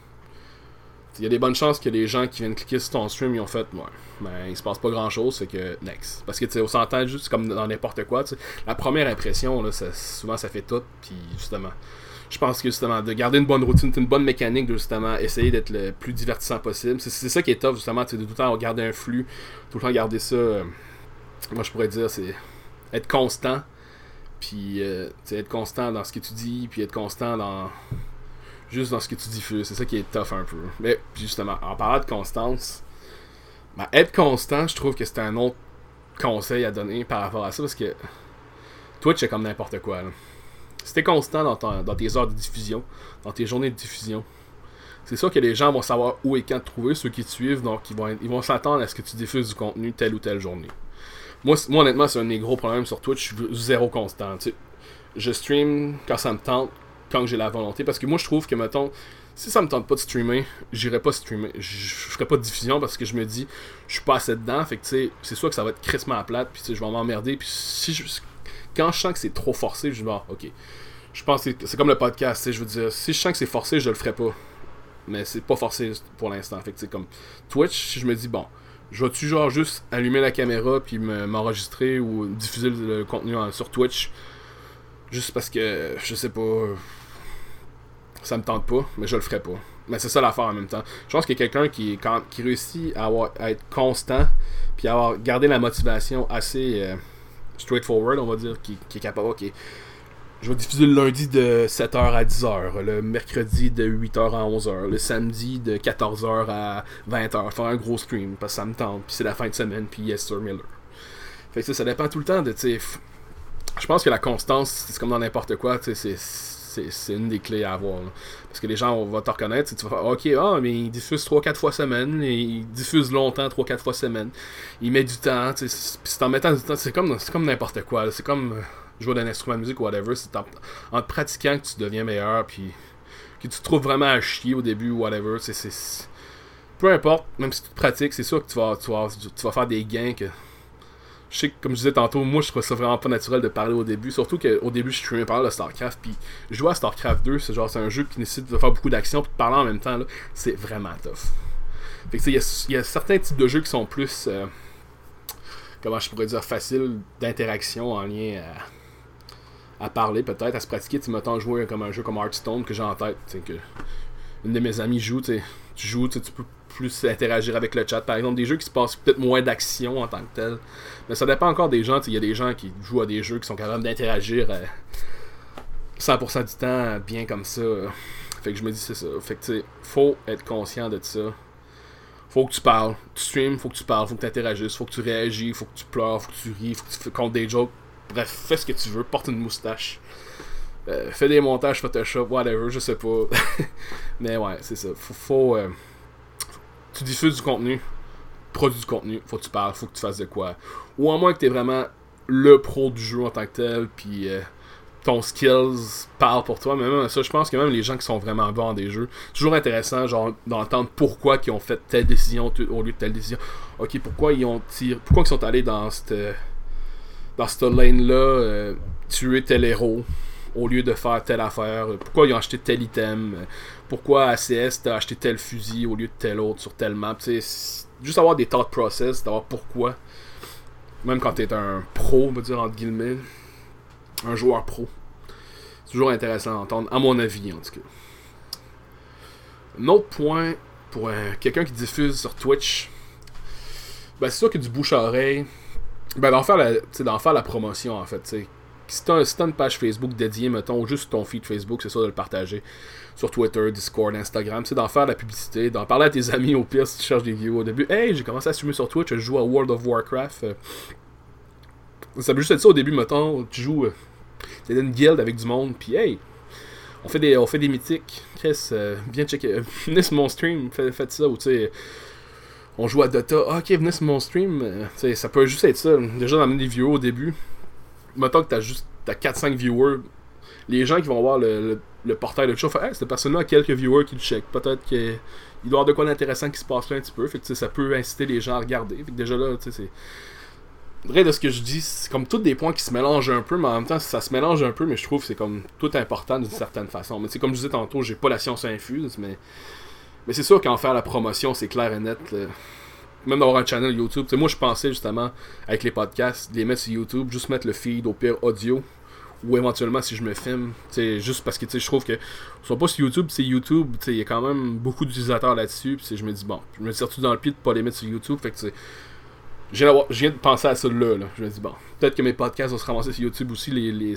il y a des bonnes chances que les gens qui viennent cliquer sur ton stream, ils ont fait, ouais, ben, il se passe pas grand chose, fait que next. Parce que, tu sais, on s'entend juste comme dans n'importe quoi, tu sais. La première impression, là, souvent, ça fait tout, puis justement, je pense que, justement, de garder une bonne routine, une bonne mécanique, de justement, essayer d'être le plus divertissant possible. C'est ça qui est tough, justement, tu sais, de tout le temps garder un flux, tout le temps garder ça, moi, je pourrais dire, c'est être constant, puis, tu sais, être constant dans ce que tu dis, puis être constant juste dans ce que tu diffuses, c'est ça qui est tough un peu. Mais justement, en parlant de constance, ben, être constant, je trouve que c'est un autre conseil à donner par rapport à ça, parce que Twitch c'est comme n'importe quoi. Là. Si t'es constant dans tes heures de diffusion, dans tes journées de diffusion, c'est sûr que les gens vont savoir où et quand te trouver, ceux qui te suivent, donc ils vont s'attendre à ce que tu diffuses du contenu telle ou telle journée. Moi honnêtement, c'est un des gros problèmes sur Twitch, je suis zéro constant. T'sais. Je stream quand ça me tente, quand j'ai la volonté, parce que moi je trouve que, mettons, si ça me tente pas de streamer, j'irai pas streamer, je ferai pas de diffusion parce que je me dis, je suis pas assez dedans, fait que tu sais, c'est sûr que ça va être crissement à plate, puis je vais m'emmerder, puis quand je sens que c'est trop forcé, je dis, bon, ok, je pense que c'est comme le podcast, tu sais, je veux dire, si je sens que c'est forcé, je le ferai pas, mais c'est pas forcé pour l'instant, fait que tu sais, comme Twitch, si je me dis, bon, je vais-tu genre juste allumer la caméra, puis m'enregistrer ou diffuser le contenu sur Twitch, juste parce que, je sais pas, ça me tente pas, mais je le ferai pas. Mais c'est ça l'affaire en même temps. Je pense que quelqu'un qui réussit à être constant, puis à garder la motivation assez straightforward, on va dire, qui est capable, ok, je vais diffuser le lundi de 7h à 10h, le mercredi de 8h à 11h, le samedi de 14h à 20h, faire un gros stream, parce que ça me tente, puis c'est la fin de semaine, puis yes sir Miller. Fait que ça dépend tout le temps de, tu sais, je pense que la constance, c'est comme dans n'importe quoi, tu sais, c'est une des clés à avoir. Là. Parce que les gens vont te reconnaître, tu vas faire ok, mais il diffuse 3-4 fois semaine, et il diffuse longtemps 3-4 fois semaine. Il met du temps, puis c'est en mettant du temps, c'est comme n'importe quoi. Là. C'est comme jouer d'un instrument de musique ou whatever, c'est en te pratiquant que tu deviens meilleur, puis que tu te trouves vraiment à chier au début ou whatever. Peu importe, même si tu te pratiques, c'est sûr que tu vas faire des gains que. Je sais que, comme je disais tantôt, moi je trouve ça vraiment pas naturel de parler au début. Surtout qu'au début, je streamais par de StarCraft. Puis jouer à StarCraft 2, c'est un jeu qui nécessite de faire beaucoup d'actions puis de parler en même temps. Là, c'est vraiment tough. Fait que il y a certains types de jeux qui sont plus. Comment je pourrais dire, faciles d'interaction en lien à parler, peut-être, à se pratiquer. Tu m'attends jouer comme un jeu comme Hearthstone que j'ai en tête. Que une de mes amies joue. Tu joues, tu peux plus interagir avec le chat. Par exemple, des jeux qui se passent peut-être moins d'action en tant que tel. Mais ça dépend encore des gens. Il y a des gens qui jouent à des jeux qui sont capables d'interagir 100% du temps bien comme ça. Fait que je me dis c'est ça. Fait que tu sais, faut être conscient de ça. Faut que tu parles. Tu stream, faut que tu parles, faut que tu interagisses, faut que tu réagis, faut que tu pleures, faut que tu ris, faut que tu comptes des jokes. Bref, fais ce que tu veux, porte une moustache. Fais des montages Photoshop, whatever, je sais pas. Mais ouais, c'est ça. Faut tu diffuses du contenu, produis du contenu, faut que tu parles, faut que tu fasses de quoi. Ou à moins que t'es vraiment le pro du jeu en tant que tel, puis ton skills parle pour toi. Mais même ça, je pense que même les gens qui sont vraiment bons dans des jeux, c'est toujours intéressant, genre, d'entendre pourquoi ils ont fait telle décision au lieu de telle décision. Ok, pourquoi ils sont allés dans cette lane-là, tuer tel héros au lieu de faire telle affaire, pourquoi ils ont acheté tel item, pourquoi ACS t'as acheté tel fusil au lieu de tel autre sur tel map. Juste avoir des thought process, d'avoir pourquoi. Même quand t'es un pro, on va dire entre guillemets, un joueur pro. C'est toujours intéressant à entendre, à mon avis en tout cas. Un autre point pour quelqu'un qui diffuse sur Twitch, ben c'est sûr que du bouche à oreille, ben d'en faire la promotion en fait. T'sais. Si t'as une page Facebook dédiée, mettons, juste ton feed Facebook, c'est sûr de le partager sur Twitter, Discord, Instagram, d'en faire de la publicité, d'en parler à tes amis au pire si tu cherches des vidéos au début. Hey, j'ai commencé à streamer sur Twitch, je joue à World of Warcraft. Ça peut juste être ça au début, mettons, tu joues, t'es dans une guilde avec du monde, puis hey, on fait des mythiques. Chris, viens checker, venez sur mon stream, faites ça, ou tu sais, on joue à Dota, ok, venez sur mon stream, ça peut juste être ça. Déjà d'amener des viewers au début. Mettons que t'as 4-5 viewers, les gens qui vont voir le portail de show font, hey, cette personne-là a quelques viewers qui le check. Peut-être qu'il doit y avoir de quoi d'intéressant qui se passe là un petit peu. Fait que ça peut inciter les gens à regarder. Fait que déjà là, tu sais, c'est. Vrai de ce que je dis, c'est comme tous des points qui se mélangent un peu, mais en même temps, ça se mélange un peu, mais je trouve que c'est comme tout important d'une certaine façon. Mais c'est comme je disais tantôt, j'ai pas la science infuse, mais c'est sûr qu'en faire la promotion, c'est clair et net. Là. Même d'avoir un channel YouTube. T'sais, moi, je pensais justement, avec les podcasts, de les mettre sur YouTube, juste mettre le feed au pire audio, ou éventuellement si je me filme. Juste parce que je trouve que, soit pas sur YouTube, c'est YouTube, il y a quand même beaucoup d'utilisateurs là-dessus. Puis je me dis, bon, je me tire tout dans le pied de pas les mettre sur YouTube. Fait que je viens de penser à ça là. Je me dis, bon, peut-être que mes podcasts vont se ramasser sur YouTube aussi,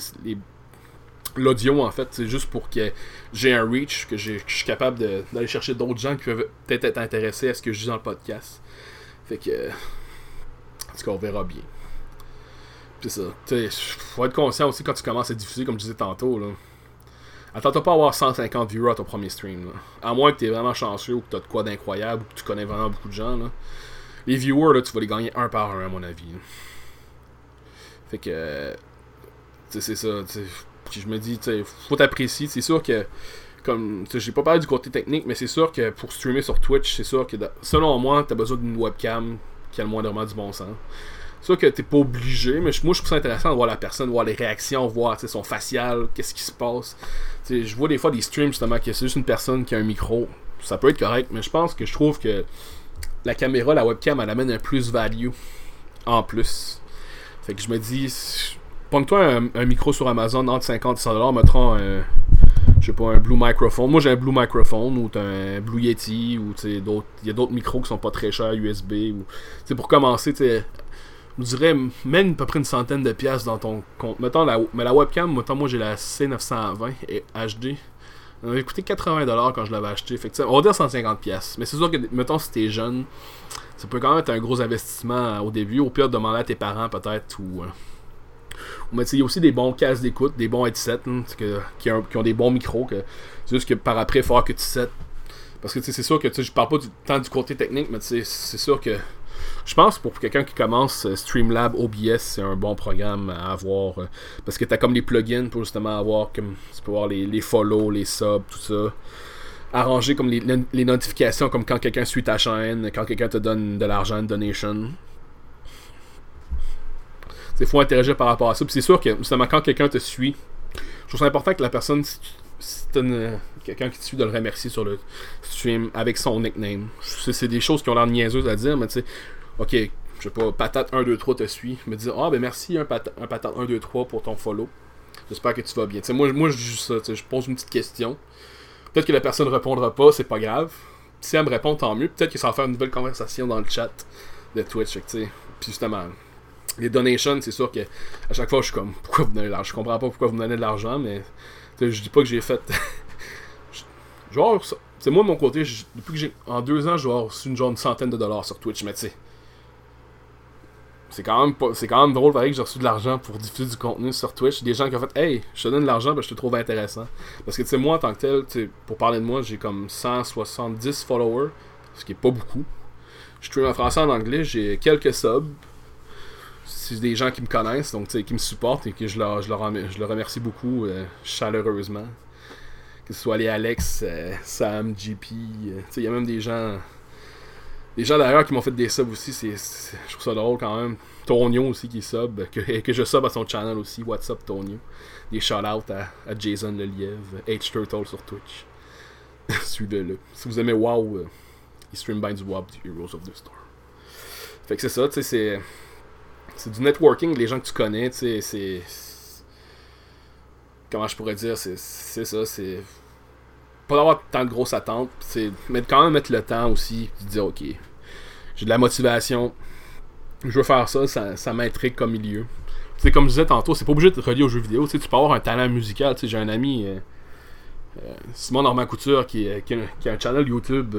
l'audio en fait, c'est juste pour que j'ai un reach, que je suis capable d'aller chercher d'autres gens qui peuvent peut-être être intéressés à ce que je dis dans le podcast. Fait que. En tout cas, on verra bien. C'est ça. Faut être conscient aussi quand tu commences à diffuser, comme je disais tantôt. Là. Attends-toi pas à avoir 150 viewers à ton premier stream. Là. À moins que tu es vraiment chanceux ou que tu as de quoi d'incroyable ou que tu connais vraiment beaucoup de gens. Là. Les viewers, là, tu vas les gagner un par un, à mon avis. Là. Fait que. C'est ça. Puis je me dis, faut t'apprécier. C'est sûr que. Comme, j'ai pas parlé du côté technique, mais c'est sûr que pour streamer sur Twitch, c'est sûr que selon moi, t'as besoin d'une webcam qui a le moindrement du bon sens. C'est sûr que t'es pas obligé, mais moi je trouve ça intéressant de voir la personne, voir les réactions, voir son facial, qu'est-ce qui se passe. Je vois des fois des streams justement que c'est juste une personne qui a un micro. Ça peut être correct, mais je trouve que la caméra, la webcam, elle amène un plus-value en plus. Fait que je me dis, pogne-toi un micro sur Amazon entre 50 et 100$, mettront je sais pas, un Blue Microphone. Moi j'ai un Blue Microphone ou t'as un Blue Yeti ou d'autres. Il y a d'autres micros qui sont pas très chers, USB ou. Pour commencer, je dirais même à peu près une centaine de piastres dans ton compte. Mettons mais la webcam, moi j'ai la C920 et HD. Elle m'avait coûté 80$ quand je l'avais acheté. Fait que, on va dire 150$. Mais c'est sûr que, mettons, si t'es jeune, ça peut quand même être un gros investissement au début. Au pire, demander à tes parents peut-être ou. Mais il y a aussi des bons casques d'écoute, des bons headsets qui ont des bons micros. C'est juste que par après, il faut que tu sets. Parce que c'est sûr que je parle pas tant du côté technique, mais c'est sûr que je pense que pour quelqu'un qui commence, Streamlab OBS, c'est un bon programme à avoir. Parce que tu as comme les plugins pour justement avoir, comme tu peux voir les follow, les subs, tout ça. Arranger comme les notifications, comme quand quelqu'un suit ta chaîne, quand quelqu'un te donne de l'argent, une donation. Il faut interagir par rapport à ça. Puis c'est sûr que, justement, quand quelqu'un te suit, je trouve ça important que la personne, si t'as quelqu'un qui te suit, de le remercier sur le stream avec son nickname. C'est des choses qui ont l'air niaiseuses à dire, mais tu sais, ok, je sais pas, Patate 1, 2, 3 te suit, me dire, ben merci, un Patate 1, 2, 3 pour ton follow. J'espère que tu vas bien. T'sais, moi, je dis juste ça, je pose une petite question. Peut-être que la personne ne répondra pas, c'est pas grave. Si elle me répond, tant mieux. Peut-être que ça va faire une nouvelle conversation dans le chat de Twitch, tu sais. Puis justement. Les donations, c'est sûr que à chaque fois je suis comme pourquoi vous donnez de l'argent. Je comprends pas pourquoi vous me donnez de l'argent, mais je dis pas que j'ai fait. Genre, c'est moi de mon côté, depuis que en 2 ans, je dois avoir reçu une centaine de dollars sur Twitch, mais tu sais. C'est quand même drôle pareil que j'ai reçu de l'argent pour diffuser du contenu sur Twitch. Des gens qui ont fait hey, je te donne de l'argent parce que je te trouve intéressant. Parce que tu sais, moi en tant que tel, pour parler de moi, j'ai comme 170 followers, ce qui est pas beaucoup. Je stream en français, en anglais, j'ai quelques subs. C'est des gens qui me connaissent, donc qui me supportent et que je leur remercie beaucoup chaleureusement. Que ce soit les Alex, Sam, JP, il y a même des gens d'ailleurs qui m'ont fait des subs aussi, je trouve ça drôle quand même. Tonio aussi qui sub, que je sub à son channel aussi, What's Up Tonio. Des shout-outs à Jason Lelièvre, H-Turtle sur Twitch. suivez-le. Si vous aimez WoW, il stream bien du WoW, du Heroes of the Storm. Fait que c'est ça, tu sais, c'est du networking, les gens que tu connais, tu sais, c'est... Comment je pourrais dire, c'est ça, c'est... Pas d'avoir tant de grosses attentes, c'est quand même mettre le temps aussi, de dire, ok, j'ai de la motivation, je veux faire ça, ça m'intrigue comme milieu. Tu sais, comme je disais tantôt, c'est pas obligé de te relier aux jeux vidéo, tu sais, tu peux avoir un talent musical, tu sais, j'ai un ami, Simon Normand Couture, qui a un channel YouTube,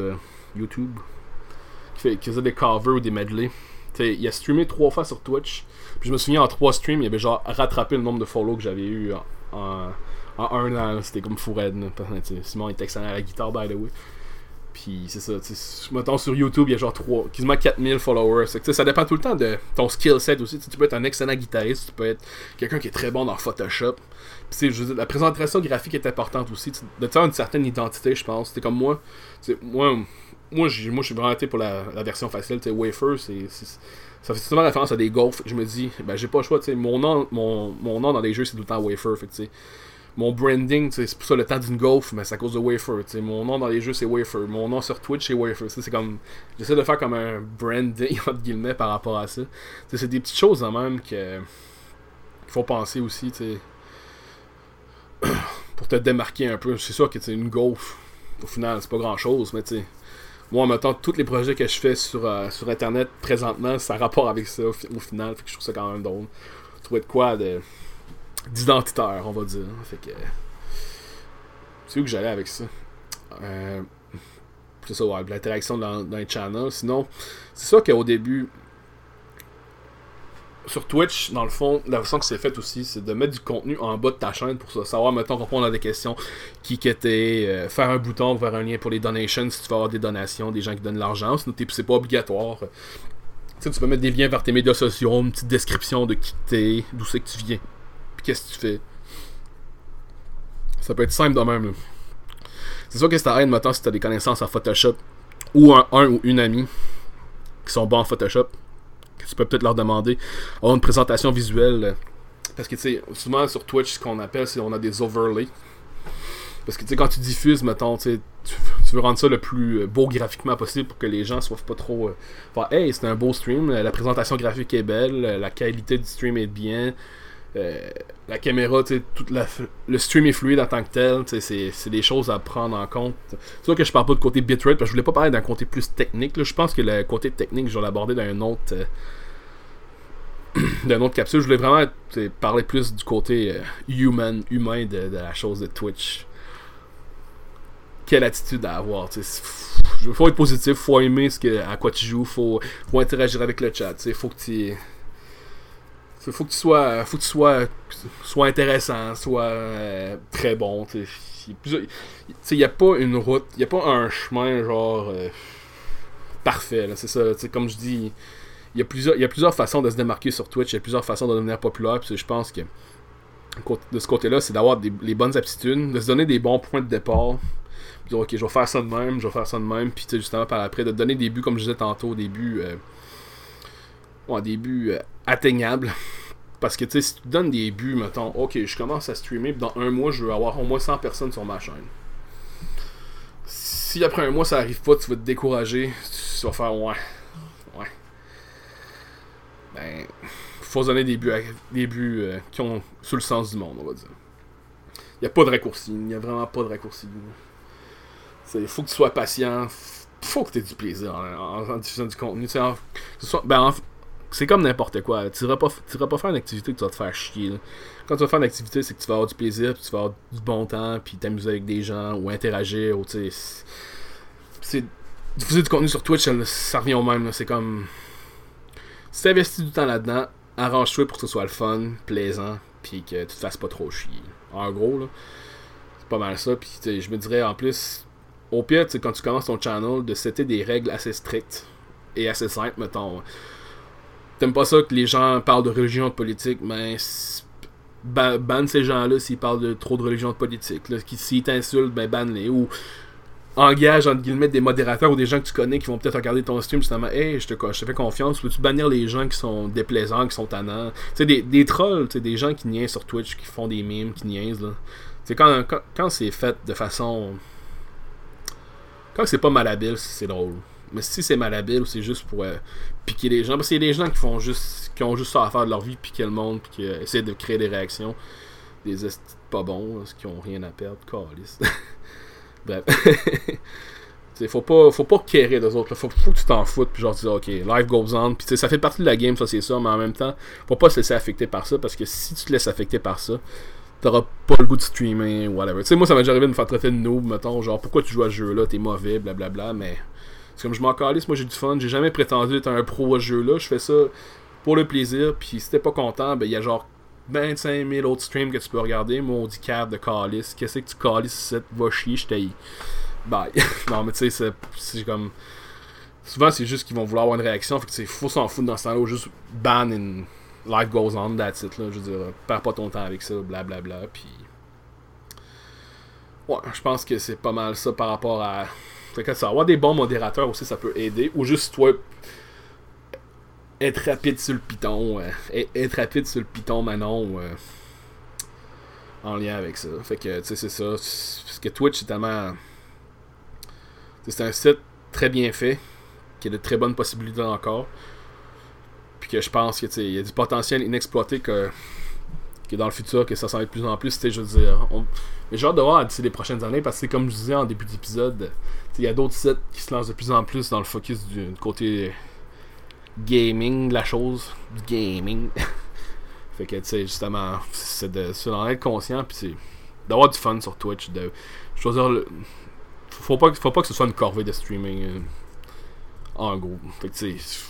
qui faisait des covers ou des medley. T'sais, il a streamé 3 fois sur Twitch. Puis je me souviens, en 3 streams, il avait genre rattrapé le nombre de follow que j'avais eu en 1 an. C'était comme fou raide. Simon est excellent à la guitare, by the way. Puis c'est ça, mettons sur YouTube, il y a genre quasiment 4000 followers. Ça dépend tout le temps de ton skill set aussi. Tu peux être un excellent guitariste, tu peux être quelqu'un qui est très bon dans Photoshop. Puis je veux dire, la présentation graphique est importante aussi. De faire une certaine identité, je pense. C'était comme moi. Moi, je suis vraiment été pour la version facile. Wafer, ça fait souvent référence à des gaufres. Je me dis, ben j'ai pas le choix. Mon nom dans les jeux, c'est tout le temps Wafer. Fait mon branding, c'est pour ça le temps d'une gaufre, mais c'est à cause de Wafer. Mon nom dans les jeux, c'est Wafer. Mon nom sur Twitch, c'est Wafer. C'est comme, j'essaie de faire comme un branding, entre guillemets, par rapport à ça. C'est des petites choses en même qu'il faut penser aussi. Pour te démarquer un peu. C'est sûr que une gaufre, au final, c'est pas grand chose, mais moi, en même temps, tous les projets que je fais sur Internet présentement, ça a rapport avec ça au final. Fait que je trouve ça quand même drôle. Trouver de quoi d'identitaire, on va dire. Fait que c'est où que j'allais avec ça. C'est ça, ouais, l'interaction dans les channels. Sinon, c'est ça qu'au début, sur Twitch, dans le fond, la façon que c'est fait aussi, c'est de mettre du contenu en bas de ta chaîne pour ça, savoir, mettons, répondre à des questions, qui était, faire un bouton vers un lien pour les donations, si tu veux avoir des donations, des gens qui donnent de l'argent, sinon c'est pas obligatoire. Tu peux mettre des liens vers tes médias sociaux, une petite description de qui t'es, d'où c'est que tu viens, puis qu'est-ce que tu fais. Ça peut être simple de même, là. C'est sûr que ça aide, mettons, si tu as des connaissances en Photoshop, ou un ou une amie qui sont bons en Photoshop, que tu peux peut-être leur demander avoir une présentation visuelle, parce que tu sais, souvent sur Twitch, ce qu'on appelle, c'est on a des overlays, parce que tu sais, quand tu diffuses, mettons, tu veux rendre ça le plus beau graphiquement possible pour que les gens soient pas trop hey, c'est un beau stream, la présentation graphique est belle, la qualité du stream est bien, la caméra, le stream est fluide en tant que tel, c'est des choses à prendre en compte. C'est sûr que je parle pas de côté bitrate, parce que je voulais pas parler d'un côté plus technique, là. Je pense que le côté technique, je vais l'aborder d'un autre capsule. Je voulais vraiment parler plus du côté humain de la chose de Twitch. Quelle attitude à avoir, faut être positif, faut aimer à quoi tu joues, faut interagir avec le chat, faut que tu sois intéressant, sois très bon. Il n'y a pas une route, il n'y a pas un chemin genre parfait. Là, c'est ça. Comme je dis, il y a plusieurs façons de se démarquer sur Twitch, il y a plusieurs façons de devenir populaire. Puis je pense que de ce côté-là, c'est d'avoir les bonnes aptitudes, de se donner des bons points de départ. Puis dire, ok, je vais faire ça de même, puis justement par après, de te donner des buts, comme je disais tantôt, des buts atteignable. Parce que tu sais, si tu te donnes des buts, mettons, ok, je commence à streamer, puis dans un mois, je veux avoir au moins 100 personnes sur ma chaîne. Si après un mois ça arrive pas, tu vas te décourager, tu vas faire ouais. Ben, faut se donner des buts qui ont sous le sens du monde, on va dire. Il n'y a pas de raccourci, il n'y a vraiment pas de raccourci. Il faut que tu sois patient, faut que tu aies du plaisir en diffusant du contenu. C'est comme n'importe quoi. Tu iras pas faire une activité que tu vas te faire chier. Là. Quand tu vas faire une activité, c'est que tu vas avoir du plaisir, puis tu vas avoir du bon temps, puis t'amuser avec des gens, ou interagir, ou tu sais. Diffuser du contenu sur Twitch, ça revient au même. Là. C'est comme. Si tu investis du temps là-dedans, arrange-toi pour que ce soit le fun, plaisant, puis que tu te fasses pas trop chier. En gros, là, c'est pas mal ça. Puis je me dirais en plus, au pire, quand tu commences ton channel, de setter des règles assez strictes et assez simples, mettons. T'aimes pas ça que les gens parlent de religion, de politique, mais banne ces gens-là s'ils parlent trop de religion, de politique. Là. S'ils t'insultent, ben banne-les. Ou engage, entre guillemets, des modérateurs ou des gens que tu connais qui vont peut-être regarder ton stream justement. Hey, je te fais confiance. Peux-tu bannir les gens qui sont déplaisants, qui sont tannants? Tu sais, des trolls, des gens qui niaisent sur Twitch, qui font des memes, qui niaisent. Là. Quand c'est fait de façon Quand c'est pas malhabile, c'est drôle. Mais si c'est malhabile ou c'est juste pour piquer les gens, parce qu'il y a des gens qui ont juste ça à faire de leur vie, piquer le monde, puis qui essaient de créer des réactions. Des estis pas bons, qui ont rien à perdre, calice. Bref. Faut pas quérir d'eux autres. Faut que tu t'en foutes, puis genre dire, ok, life goes on. Puis ça fait partie de la game, ça c'est ça, mais en même temps, faut pas se laisser affecter par ça, parce que si tu te laisses affecter par ça, t'auras pas le goût de streamer, whatever. Tu sais, moi ça m'est déjà arrivé de me faire traiter de noob, mettons, genre pourquoi tu joues à ce jeu-là, t'es mauvais, blablabla, mais c'est comme je m'en calisse, moi j'ai du fun, j'ai jamais prétendu être un pro à ce jeu-là, je fais ça pour le plaisir, puis si t'es pas content, ben il y a genre 25 000 autres streams que tu peux regarder, moi on dit cave de calice, qu'est-ce que tu calices ici, va chier, je t'haïs. Bye. Non, mais tu sais, c'est comme. Souvent, c'est juste qu'ils vont vouloir avoir une réaction. Fait que faut s'en foutre dans ce temps-là. Juste ban and life goes on, that's it. Là. Je veux dire, perds pas ton temps avec ça, blablabla. Puis. Ouais, je pense que c'est pas mal ça par rapport à. Fait que ça, avoir des bons modérateurs aussi, ça peut aider. Ou juste, toi, être rapide sur le piton. Être rapide sur le piton, Manon. En lien avec ça. Fait que, tu sais, c'est ça. Parce que Twitch, c'est tellement. C'est un site très bien fait, qui a de très bonnes possibilités encore. Puis que je pense que il y a du potentiel inexploité que dans le futur, que ça s'en va de plus en plus. Je veux dire, mais j'ai hâte de voir d'ici les prochaines années, parce que comme je disais en début d'épisode, il y a d'autres sites qui se lancent de plus en plus dans le focus du côté gaming de la chose, du gaming. Fait que tu sais, justement, c'est d'en être conscient, puis c'est d'avoir du fun sur Twitch, de choisir le. Faut pas que ce soit une corvée de streaming. En gros. Fait que tu sais.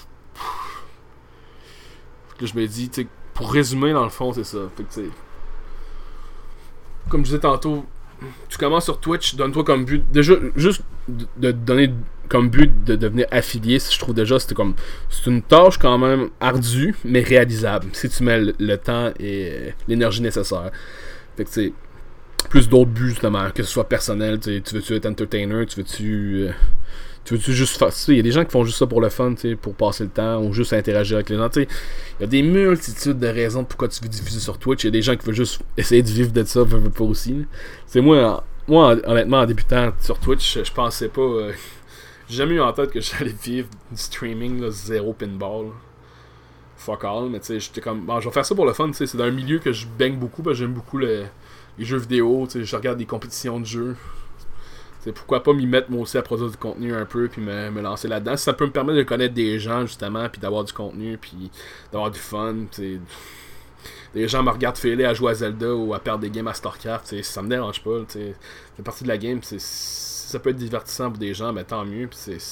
Là, je me dis, tu sais, pour résumer, dans le fond, c'est ça. Fait que tu sais. Comme je disais tantôt, tu commences sur Twitch, donne-toi comme but. Déjà, juste de donner comme but de devenir affilié, je trouve déjà, c'est une tâche quand même ardue, mais réalisable. Si tu mets le temps et l'énergie nécessaire. Fait que tu sais. Plus d'autres buts justement, que ce soit personnel, tu veux-tu être entertainer, tu veux-tu juste faire. Il y a des gens qui font juste ça pour le fun, pour passer le temps, ou juste interagir avec les gens. Il y a des multitudes de raisons pourquoi tu veux diffuser sur Twitch. Il y a des gens qui veulent juste essayer de vivre de ça, veulent pas aussi. Moi, honnêtement, en débutant sur Twitch, je pensais pas. J'ai jamais eu en tête que j'allais vivre du streaming, là, zéro pinball. Fuck all, mais tu sais, j'étais comme. Bon, je vais faire ça pour le fun, c'est dans un milieu que je baigne beaucoup, parce que j'aime beaucoup les jeux vidéo, je regarde des compétitions de jeux. T'sais, pourquoi pas m'y mettre moi aussi à produire du contenu un peu, puis me lancer là-dedans. Ça peut me permettre de connaître des gens, justement, puis d'avoir du contenu, puis d'avoir du fun. Les gens me regardent filer à jouer à Zelda ou à perdre des games à StarCraft, ça me dérange pas. C'est partie de la game, ça peut être divertissant pour des gens, mais tant mieux.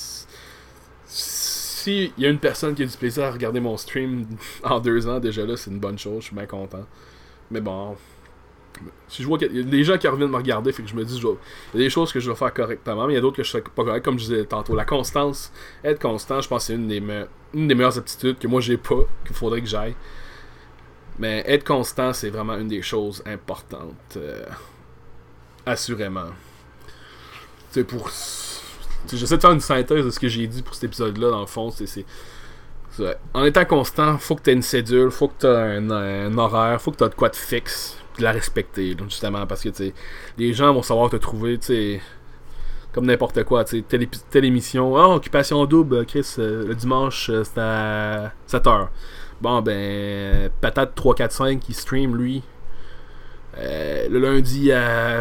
Si il y a une personne qui a du plaisir à regarder mon stream en 2 ans, déjà là, c'est une bonne chose, je suis bien content. Mais bon. Si je vois qu'il y a des gens qui reviennent me regarder, fait que je me dis, il y a des choses que je vais faire correctement, mais il y a d'autres que je fais pas correct, comme je disais tantôt. La constance, être constant, je pense que c'est une des meilleures aptitudes que moi j'ai pas, qu'il faudrait que j'aille. Mais être constant, c'est vraiment une des choses importantes, assurément. J'essaie de faire une synthèse de ce que j'ai dit pour cet épisode-là, dans le fond, en étant constant, faut que tu aies une cédule, faut que tu aies un horaire, faut que tu aies de quoi te fixe, de la respecter, là, justement, parce que les gens vont savoir te trouver, comme n'importe quoi, telle émission, occupation double, Chris, le dimanche, c'est à 7h. Bon, ben, Patate 345 qui stream, lui, le lundi à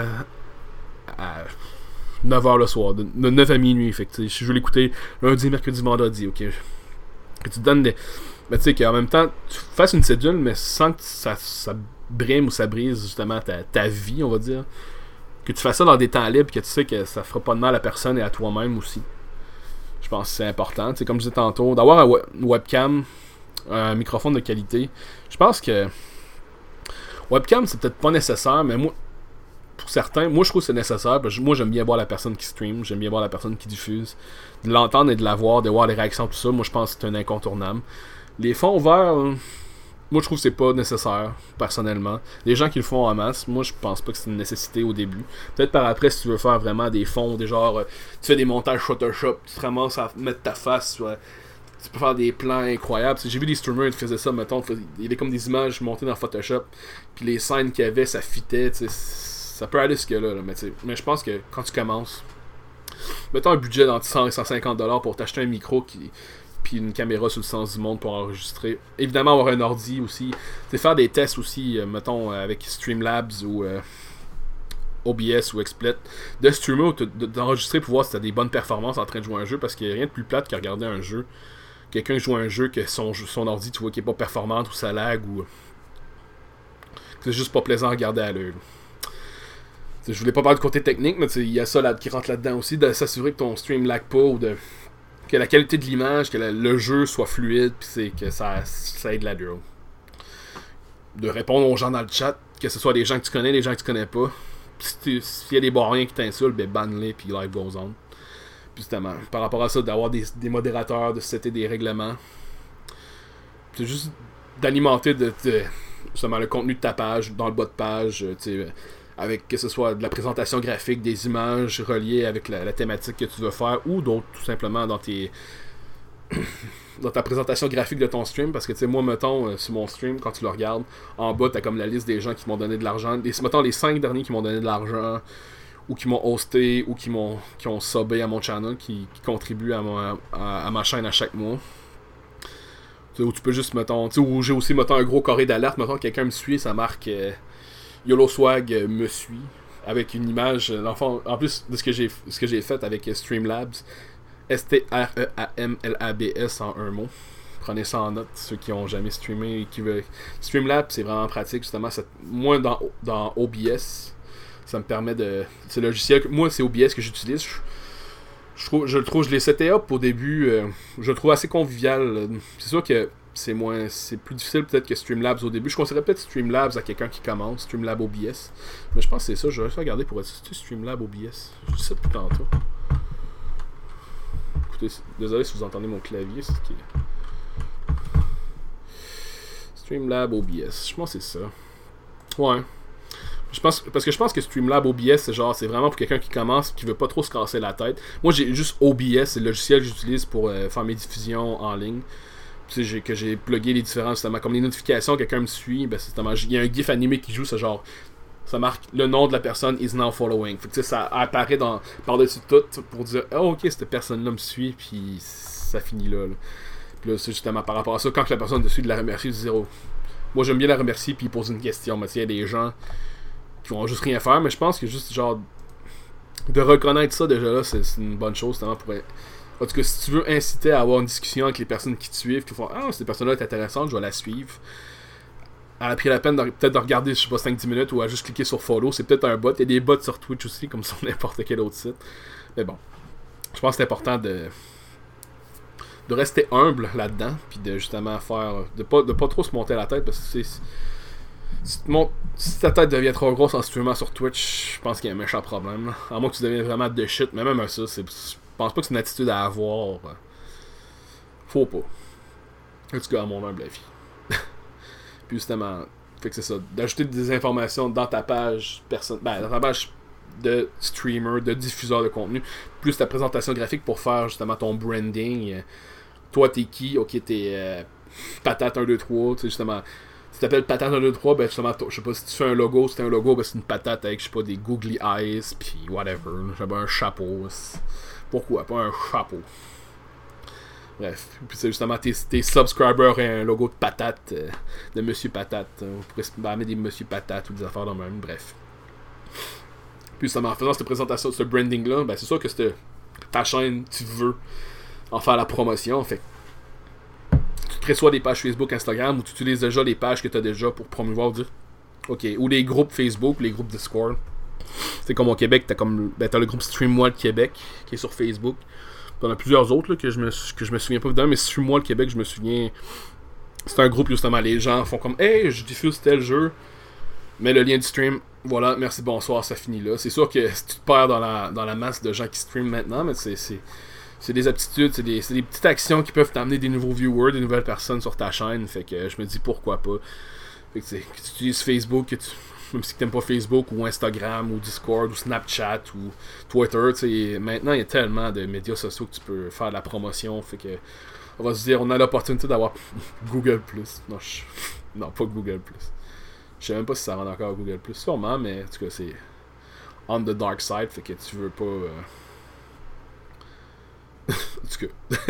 9h le soir, de 9 à minuit, fait que, si je veux l'écouter lundi, mercredi, vendredi, ok. Que tu te donnes des. Mais tu sais, qu'en même temps, tu fasses une cédule, mais sans que ça brime ou ça brise justement ta vie, on va dire. Que tu fasses ça dans des temps libres, que tu sais que ça fera pas de mal à personne et à toi-même aussi. Je pense que c'est important. Tu sais, comme je disais tantôt, d'avoir une webcam, un microphone de qualité. Je pense que webcam, c'est peut-être pas nécessaire, mais moi, pour certains, moi je trouve que c'est nécessaire. Parce que moi j'aime bien voir la personne qui stream, j'aime bien voir la personne qui diffuse, de l'entendre et de la voir, de voir les réactions, tout ça. Moi je pense que c'est un incontournable. Les fonds verts, moi je trouve que c'est pas nécessaire, personnellement. Les gens qui le font en masse, moi je pense pas que c'est une nécessité au début. Peut-être par après, si tu veux faire vraiment des fonds, des genres, tu fais des montages Photoshop, tu te ramasses à mettre ta face, tu peux faire des plans incroyables. J'ai vu des streamers qui faisaient ça, mettons, il y avait comme des images montées dans Photoshop, puis les scènes qu'il y avait, ça fitait, ça peut aller jusque là, mais je pense que quand tu commences, Mettons un budget d'entre 100 et 150$ pour t'acheter un micro puis une caméra sur le sens du monde pour enregistrer. Évidemment, avoir un ordi aussi. C'est faire des tests aussi, mettons, avec Streamlabs ou OBS ou XSplit, de streamer ou d'enregistrer pour voir si t'as des bonnes performances en train de jouer un jeu, parce qu'il n'y a rien de plus plate que regarder un jeu. Quelqu'un joue un jeu que son ordi, tu vois, qui est pas performante ou ça lag ou c'est juste pas plaisant à regarder à l'œil. Je voulais pas parler du côté technique, mais il y a ça là, qui rentre là-dedans aussi, de s'assurer que ton stream lag pas ou que la qualité de l'image, que le jeu soit fluide, puis que ça aide la duo. De répondre aux gens dans le chat, que ce soit des gens que tu connais, des gens que tu connais pas. S'il y a des barriens qui t'insultent, ben ban-les, puis live goes on. Puis justement, par rapport à ça, d'avoir des modérateurs, de setter des règlements. C'est juste d'alimenter justement le contenu de ta page, dans le bas de page, avec que ce soit de la présentation graphique, des images reliées avec la thématique que tu veux faire, ou d'autres tout simplement dans ta présentation graphique de ton stream, parce que tu sais, moi, mettons, sur mon stream, quand tu le regardes, en bas, t'as comme la liste des gens qui m'ont donné de l'argent, mettons les 5 derniers qui m'ont donné de l'argent, ou qui m'ont hosté, ou qui ont subé à mon channel, qui contribuent à ma chaîne à chaque mois. Où tu peux juste, mettons, où j'ai aussi, mettons, un gros carré d'alerte, mettons, quelqu'un me suit, ça marque YOLO Swag me suit, avec une image, en plus de ce que j'ai fait avec Streamlabs, Streamlabs en un mot. Prenez ça en note, ceux qui ont jamais streamé et qui veulent. Streamlabs, c'est vraiment pratique, justement. Moi, dans OBS, ça me permet de. C'est le logiciel. Moi, c'est OBS que j'utilise. Je l'ai seté up au début. Je le trouve assez convivial. C'est sûr que c'est plus difficile peut-être que Streamlabs au début. Je conseillerais peut-être Streamlabs à quelqu'un qui commence, Streamlabs OBS. Mais je pense que c'est ça. Je vais regarder pour être Streamlabs OBS. Je dis ça depuis tantôt. Écoutez, désolé si vous entendez mon clavier, c'est ce qui est. Streamlabs OBS. Je pense que c'est ça. Ouais. Parce que je pense que Streamlabs OBS, c'est vraiment pour quelqu'un qui commence, qui veut pas trop se casser la tête. Moi, j'ai juste OBS, c'est le logiciel que j'utilise pour faire mes diffusions en ligne. Que j'ai plugué les différents, justement, comme les notifications, quelqu'un me suit, ben il y a un gif animé qui joue, c'est genre, ça marque le nom de la personne is now following. Fait que ça apparaît par-dessus tout pour dire, oh, ok, cette personne-là me suit, puis ça finit là. Puis là, c'est justement par rapport à ça, quand la personne te suit, de la remercier, de dire, oh, moi j'aime bien la remercier, puis poser une question. Mais il y a des gens qui vont juste rien faire, mais je pense que juste genre de reconnaître ça déjà là, c'est une bonne chose, justement, pour. En tout cas, si tu veux inciter à avoir une discussion avec les personnes qui te suivent, qui font ah, cette personne-là est intéressante, je vais la suivre. Elle a pris la peine peut-être de regarder, je sais pas, 5-10 minutes ou à juste cliquer sur follow. C'est peut-être un bot. Il y a des bots sur Twitch aussi, comme sur n'importe quel autre site. Mais bon, je pense que c'est important de rester humble là-dedans, puis de justement faire. De pas trop se monter la tête, parce que si ta tête devient trop grosse en streamant sur Twitch, je pense qu'il y a un méchant problème. Là. À moins que tu deviennes vraiment de shit, mais même à ça, je pense pas que c'est une attitude à avoir. Faut pas. En tout cas, à mon humble avis. Puis justement, fait que c'est ça, d'ajouter des informations dans ta page dans ta page de streamer, de diffuseur de contenu, plus ta présentation graphique pour faire justement ton branding. Toi, t'es qui? Ok, t'es Patate 1, 2, 3, tu sais, justement. Si t'appelles Patate 1, 2, 3, ben justement, je sais pas, si tu fais un logo, c'est une patate avec, je sais pas, des googly eyes, puis whatever, je sais pas, un chapeau. Pourquoi pas un chapeau? Bref, puis c'est justement tes subscribers et un logo de patate, de Monsieur Patate. On pourrait spammer des Monsieur Patate ou des affaires dans le même, bref. Puis justement, en faisant cette présentation, ce branding-là, ben c'est sûr que ta chaîne, tu veux en faire la promotion. Fait tu crées soit des pages Facebook, Instagram, ou tu utilises déjà les pages que tu as déjà pour promouvoir, dire ok, ou les groupes Facebook, les groupes Discord. C'est comme au Québec, t'as le groupe Stream-moi le Québec qui est sur Facebook. T'en as plusieurs autres là, que je me souviens pas évidemment, mais Stream-moi le Québec, je me souviens. C'est un groupe justement, les gens font comme hey, je diffuse tel jeu, mets le lien du stream, voilà, merci, bonsoir, ça finit là. C'est sûr que si tu te perds dans la masse de gens qui streament maintenant, mais c'est des aptitudes, c'est des petites actions qui peuvent t'amener des nouveaux viewers, des nouvelles personnes sur ta chaîne. Fait que je me dis pourquoi pas. Fait que tu utilises Facebook, même si tu n'aimes pas Facebook ou Instagram ou Discord ou Snapchat ou Twitter, maintenant il y a tellement de médias sociaux que tu peux faire de la promotion. Fait que on va se dire, on a l'opportunité d'avoir Google+. Non, pas Google+. Je sais même pas si ça rend encore Google+, sûrement, mais en tout cas c'est on the dark side, fait que tu veux pas En tout cas.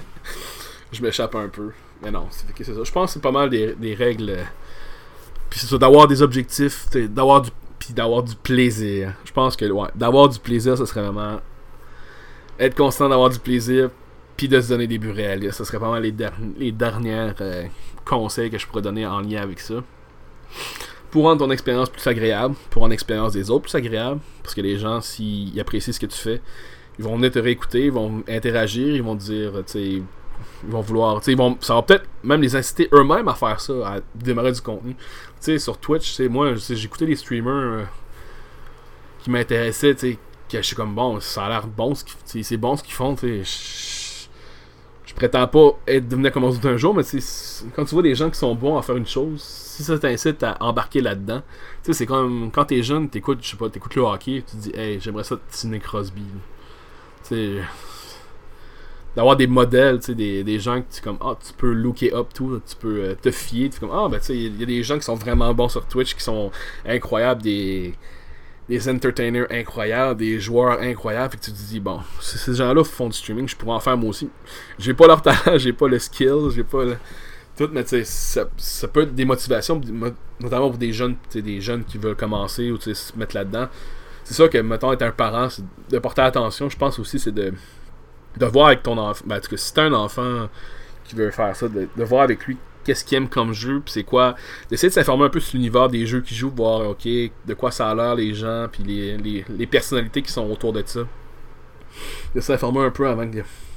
Je m'échappe un peu. Mais non, c'est ça. Je pense que c'est pas mal des règles. Puis c'est ça, d'avoir des objectifs, puis d'avoir du plaisir. Je pense que, ouais, d'avoir du plaisir, ça serait vraiment être constant d'avoir du plaisir, puis de se donner des buts réalistes. Ça serait vraiment les derniers conseils que je pourrais donner en lien avec ça. Pour rendre ton expérience plus agréable, pour rendre l'expérience des autres plus agréable, parce que les gens, s'ils apprécient ce que tu fais, ils vont venir te réécouter, ils vont interagir, ils vont te dire, tu sais, ils vont vouloir, tu sais, ça va peut-être même les inciter eux-mêmes à faire ça, à démarrer du contenu. Tu sais, sur Twitch, tu sais, moi, j'écoutais des streamers qui m'intéressaient, tu sais, que je suis comme, bon, ça a l'air bon, c'est bon ce qu'ils font, tu sais, je prétends pas devenir comme autres un jour, mais quand tu vois des gens qui sont bons à faire une chose, si ça t'incite à embarquer là-dedans, tu sais, c'est comme quand t'es jeune, t'écoutes le hockey, tu te dis, hey, j'aimerais ça Sidney Crosby. Tu sais, d'avoir des modèles, tu sais, des gens que tu comme, tu peux looker up tout, tu peux te fier, tu comme, ben tu sais, il y a des gens qui sont vraiment bons sur Twitch, qui sont incroyables, des entertainers incroyables, des joueurs incroyables, fait que tu te dis, bon, si ces gens-là font du streaming, je pourrais en faire moi aussi. J'ai pas leur talent, j'ai pas le skill, j'ai pas tout, mais tu sais, ça peut être des motivations, notamment pour des jeunes qui veulent commencer ou se mettre là-dedans. C'est ça que, mettons, être un parent, c'est de porter attention, je pense aussi, c'est de voir avec ton enfant, en tout cas, si t'as un enfant qui veut faire ça, de voir avec lui qu'est-ce qu'il aime comme jeu, puis c'est quoi, d'essayer de s'informer un peu sur l'univers des jeux qu'il joue, voir, ok, de quoi ça a l'air les gens, puis les personnalités qui sont autour de ça. De s'informer un peu avant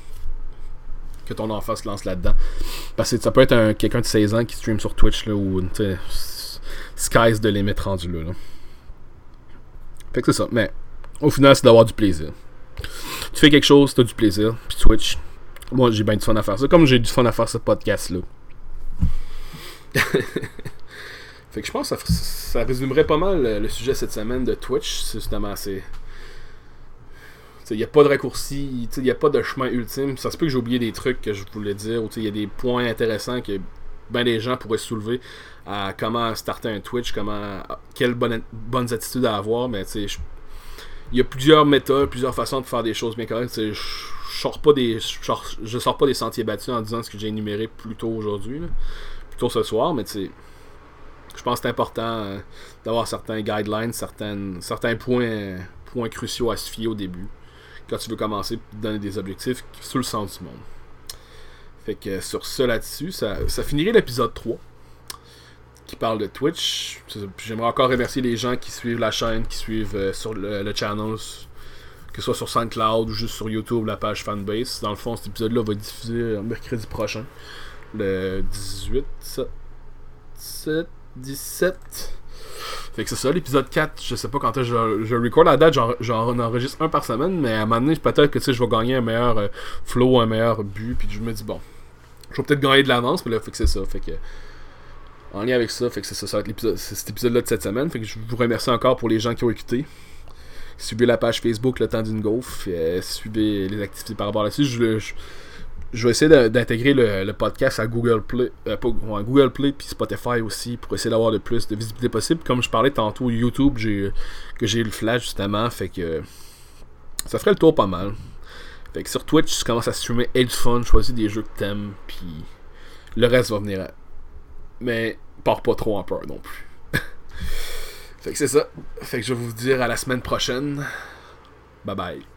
que ton enfant se lance là-dedans. Parce que ça peut être quelqu'un de 16 ans qui stream sur Twitch, là, ou, tu sais, sky's the limit rendu là. Fait que c'est ça, mais au final, c'est d'avoir du plaisir. Tu fais quelque chose, t'as du plaisir, puis Twitch. Moi, j'ai bien du fun à faire ça, comme j'ai du fun à faire ce podcast-là. Fait que je pense que ça résumerait pas mal le sujet cette semaine de Twitch. C'est justement, il n'y a pas de raccourci, il n'y a pas de chemin ultime. Ça se peut que j'ai oublié des trucs que je voulais dire, ou il y a des points intéressants que ben des gens pourraient soulever à comment starter un Twitch, quelles bonnes attitudes à avoir, mais tu sais, il y a plusieurs méthodes, plusieurs façons de faire des choses bien correctes. Je sors pas des sentiers battus en disant ce que j'ai énuméré plus tôt aujourd'hui, plus tôt ce soir, mais tu sais, je pense que c'est important d'avoir certains guidelines, certains points cruciaux à se fier au début, quand tu veux commencer et donner des objectifs sur le sens du monde. Fait que sur ça là-dessus, ça finirait l'épisode 3 qui parle de Twitch. J'aimerais encore remercier les gens qui suivent la chaîne, qui suivent sur le channel, que ce soit sur SoundCloud ou juste sur YouTube, la page Fanbase. Dans le fond, cet épisode-là va être diffusé mercredi prochain, le 17. Fait que c'est ça, l'épisode 4, je sais pas quand je record la date, j'en enregistre un par semaine, mais à un moment donné, peut-être que je vais gagner un meilleur flow, un meilleur but, puis je me dis, bon, je vais peut-être gagner de l'avance, mais là, fait que c'est ça, fait que en lien avec ça, fait que c'est ça, ça va être cet épisode-là de cette semaine, fait que je vous remercie encore pour les gens qui ont écouté. Suivez la page Facebook Le Temps d'une Gaufre, suivez les activités par rapport là-dessus. Je vais essayer d'intégrer le podcast à Google Play, Google Play puis Spotify aussi, pour essayer d'avoir le plus de visibilité possible. Comme je parlais tantôt, YouTube, que j'ai eu le flash justement, fait que ça ferait le tour pas mal. Fait que sur Twitch, tu commences à streamer et du fun, choisis des jeux que t'aimes, puis le reste va venir. Mais pars pas trop en peur non plus. Fait que c'est ça. Fait que je vais vous dire à la semaine prochaine. Bye bye.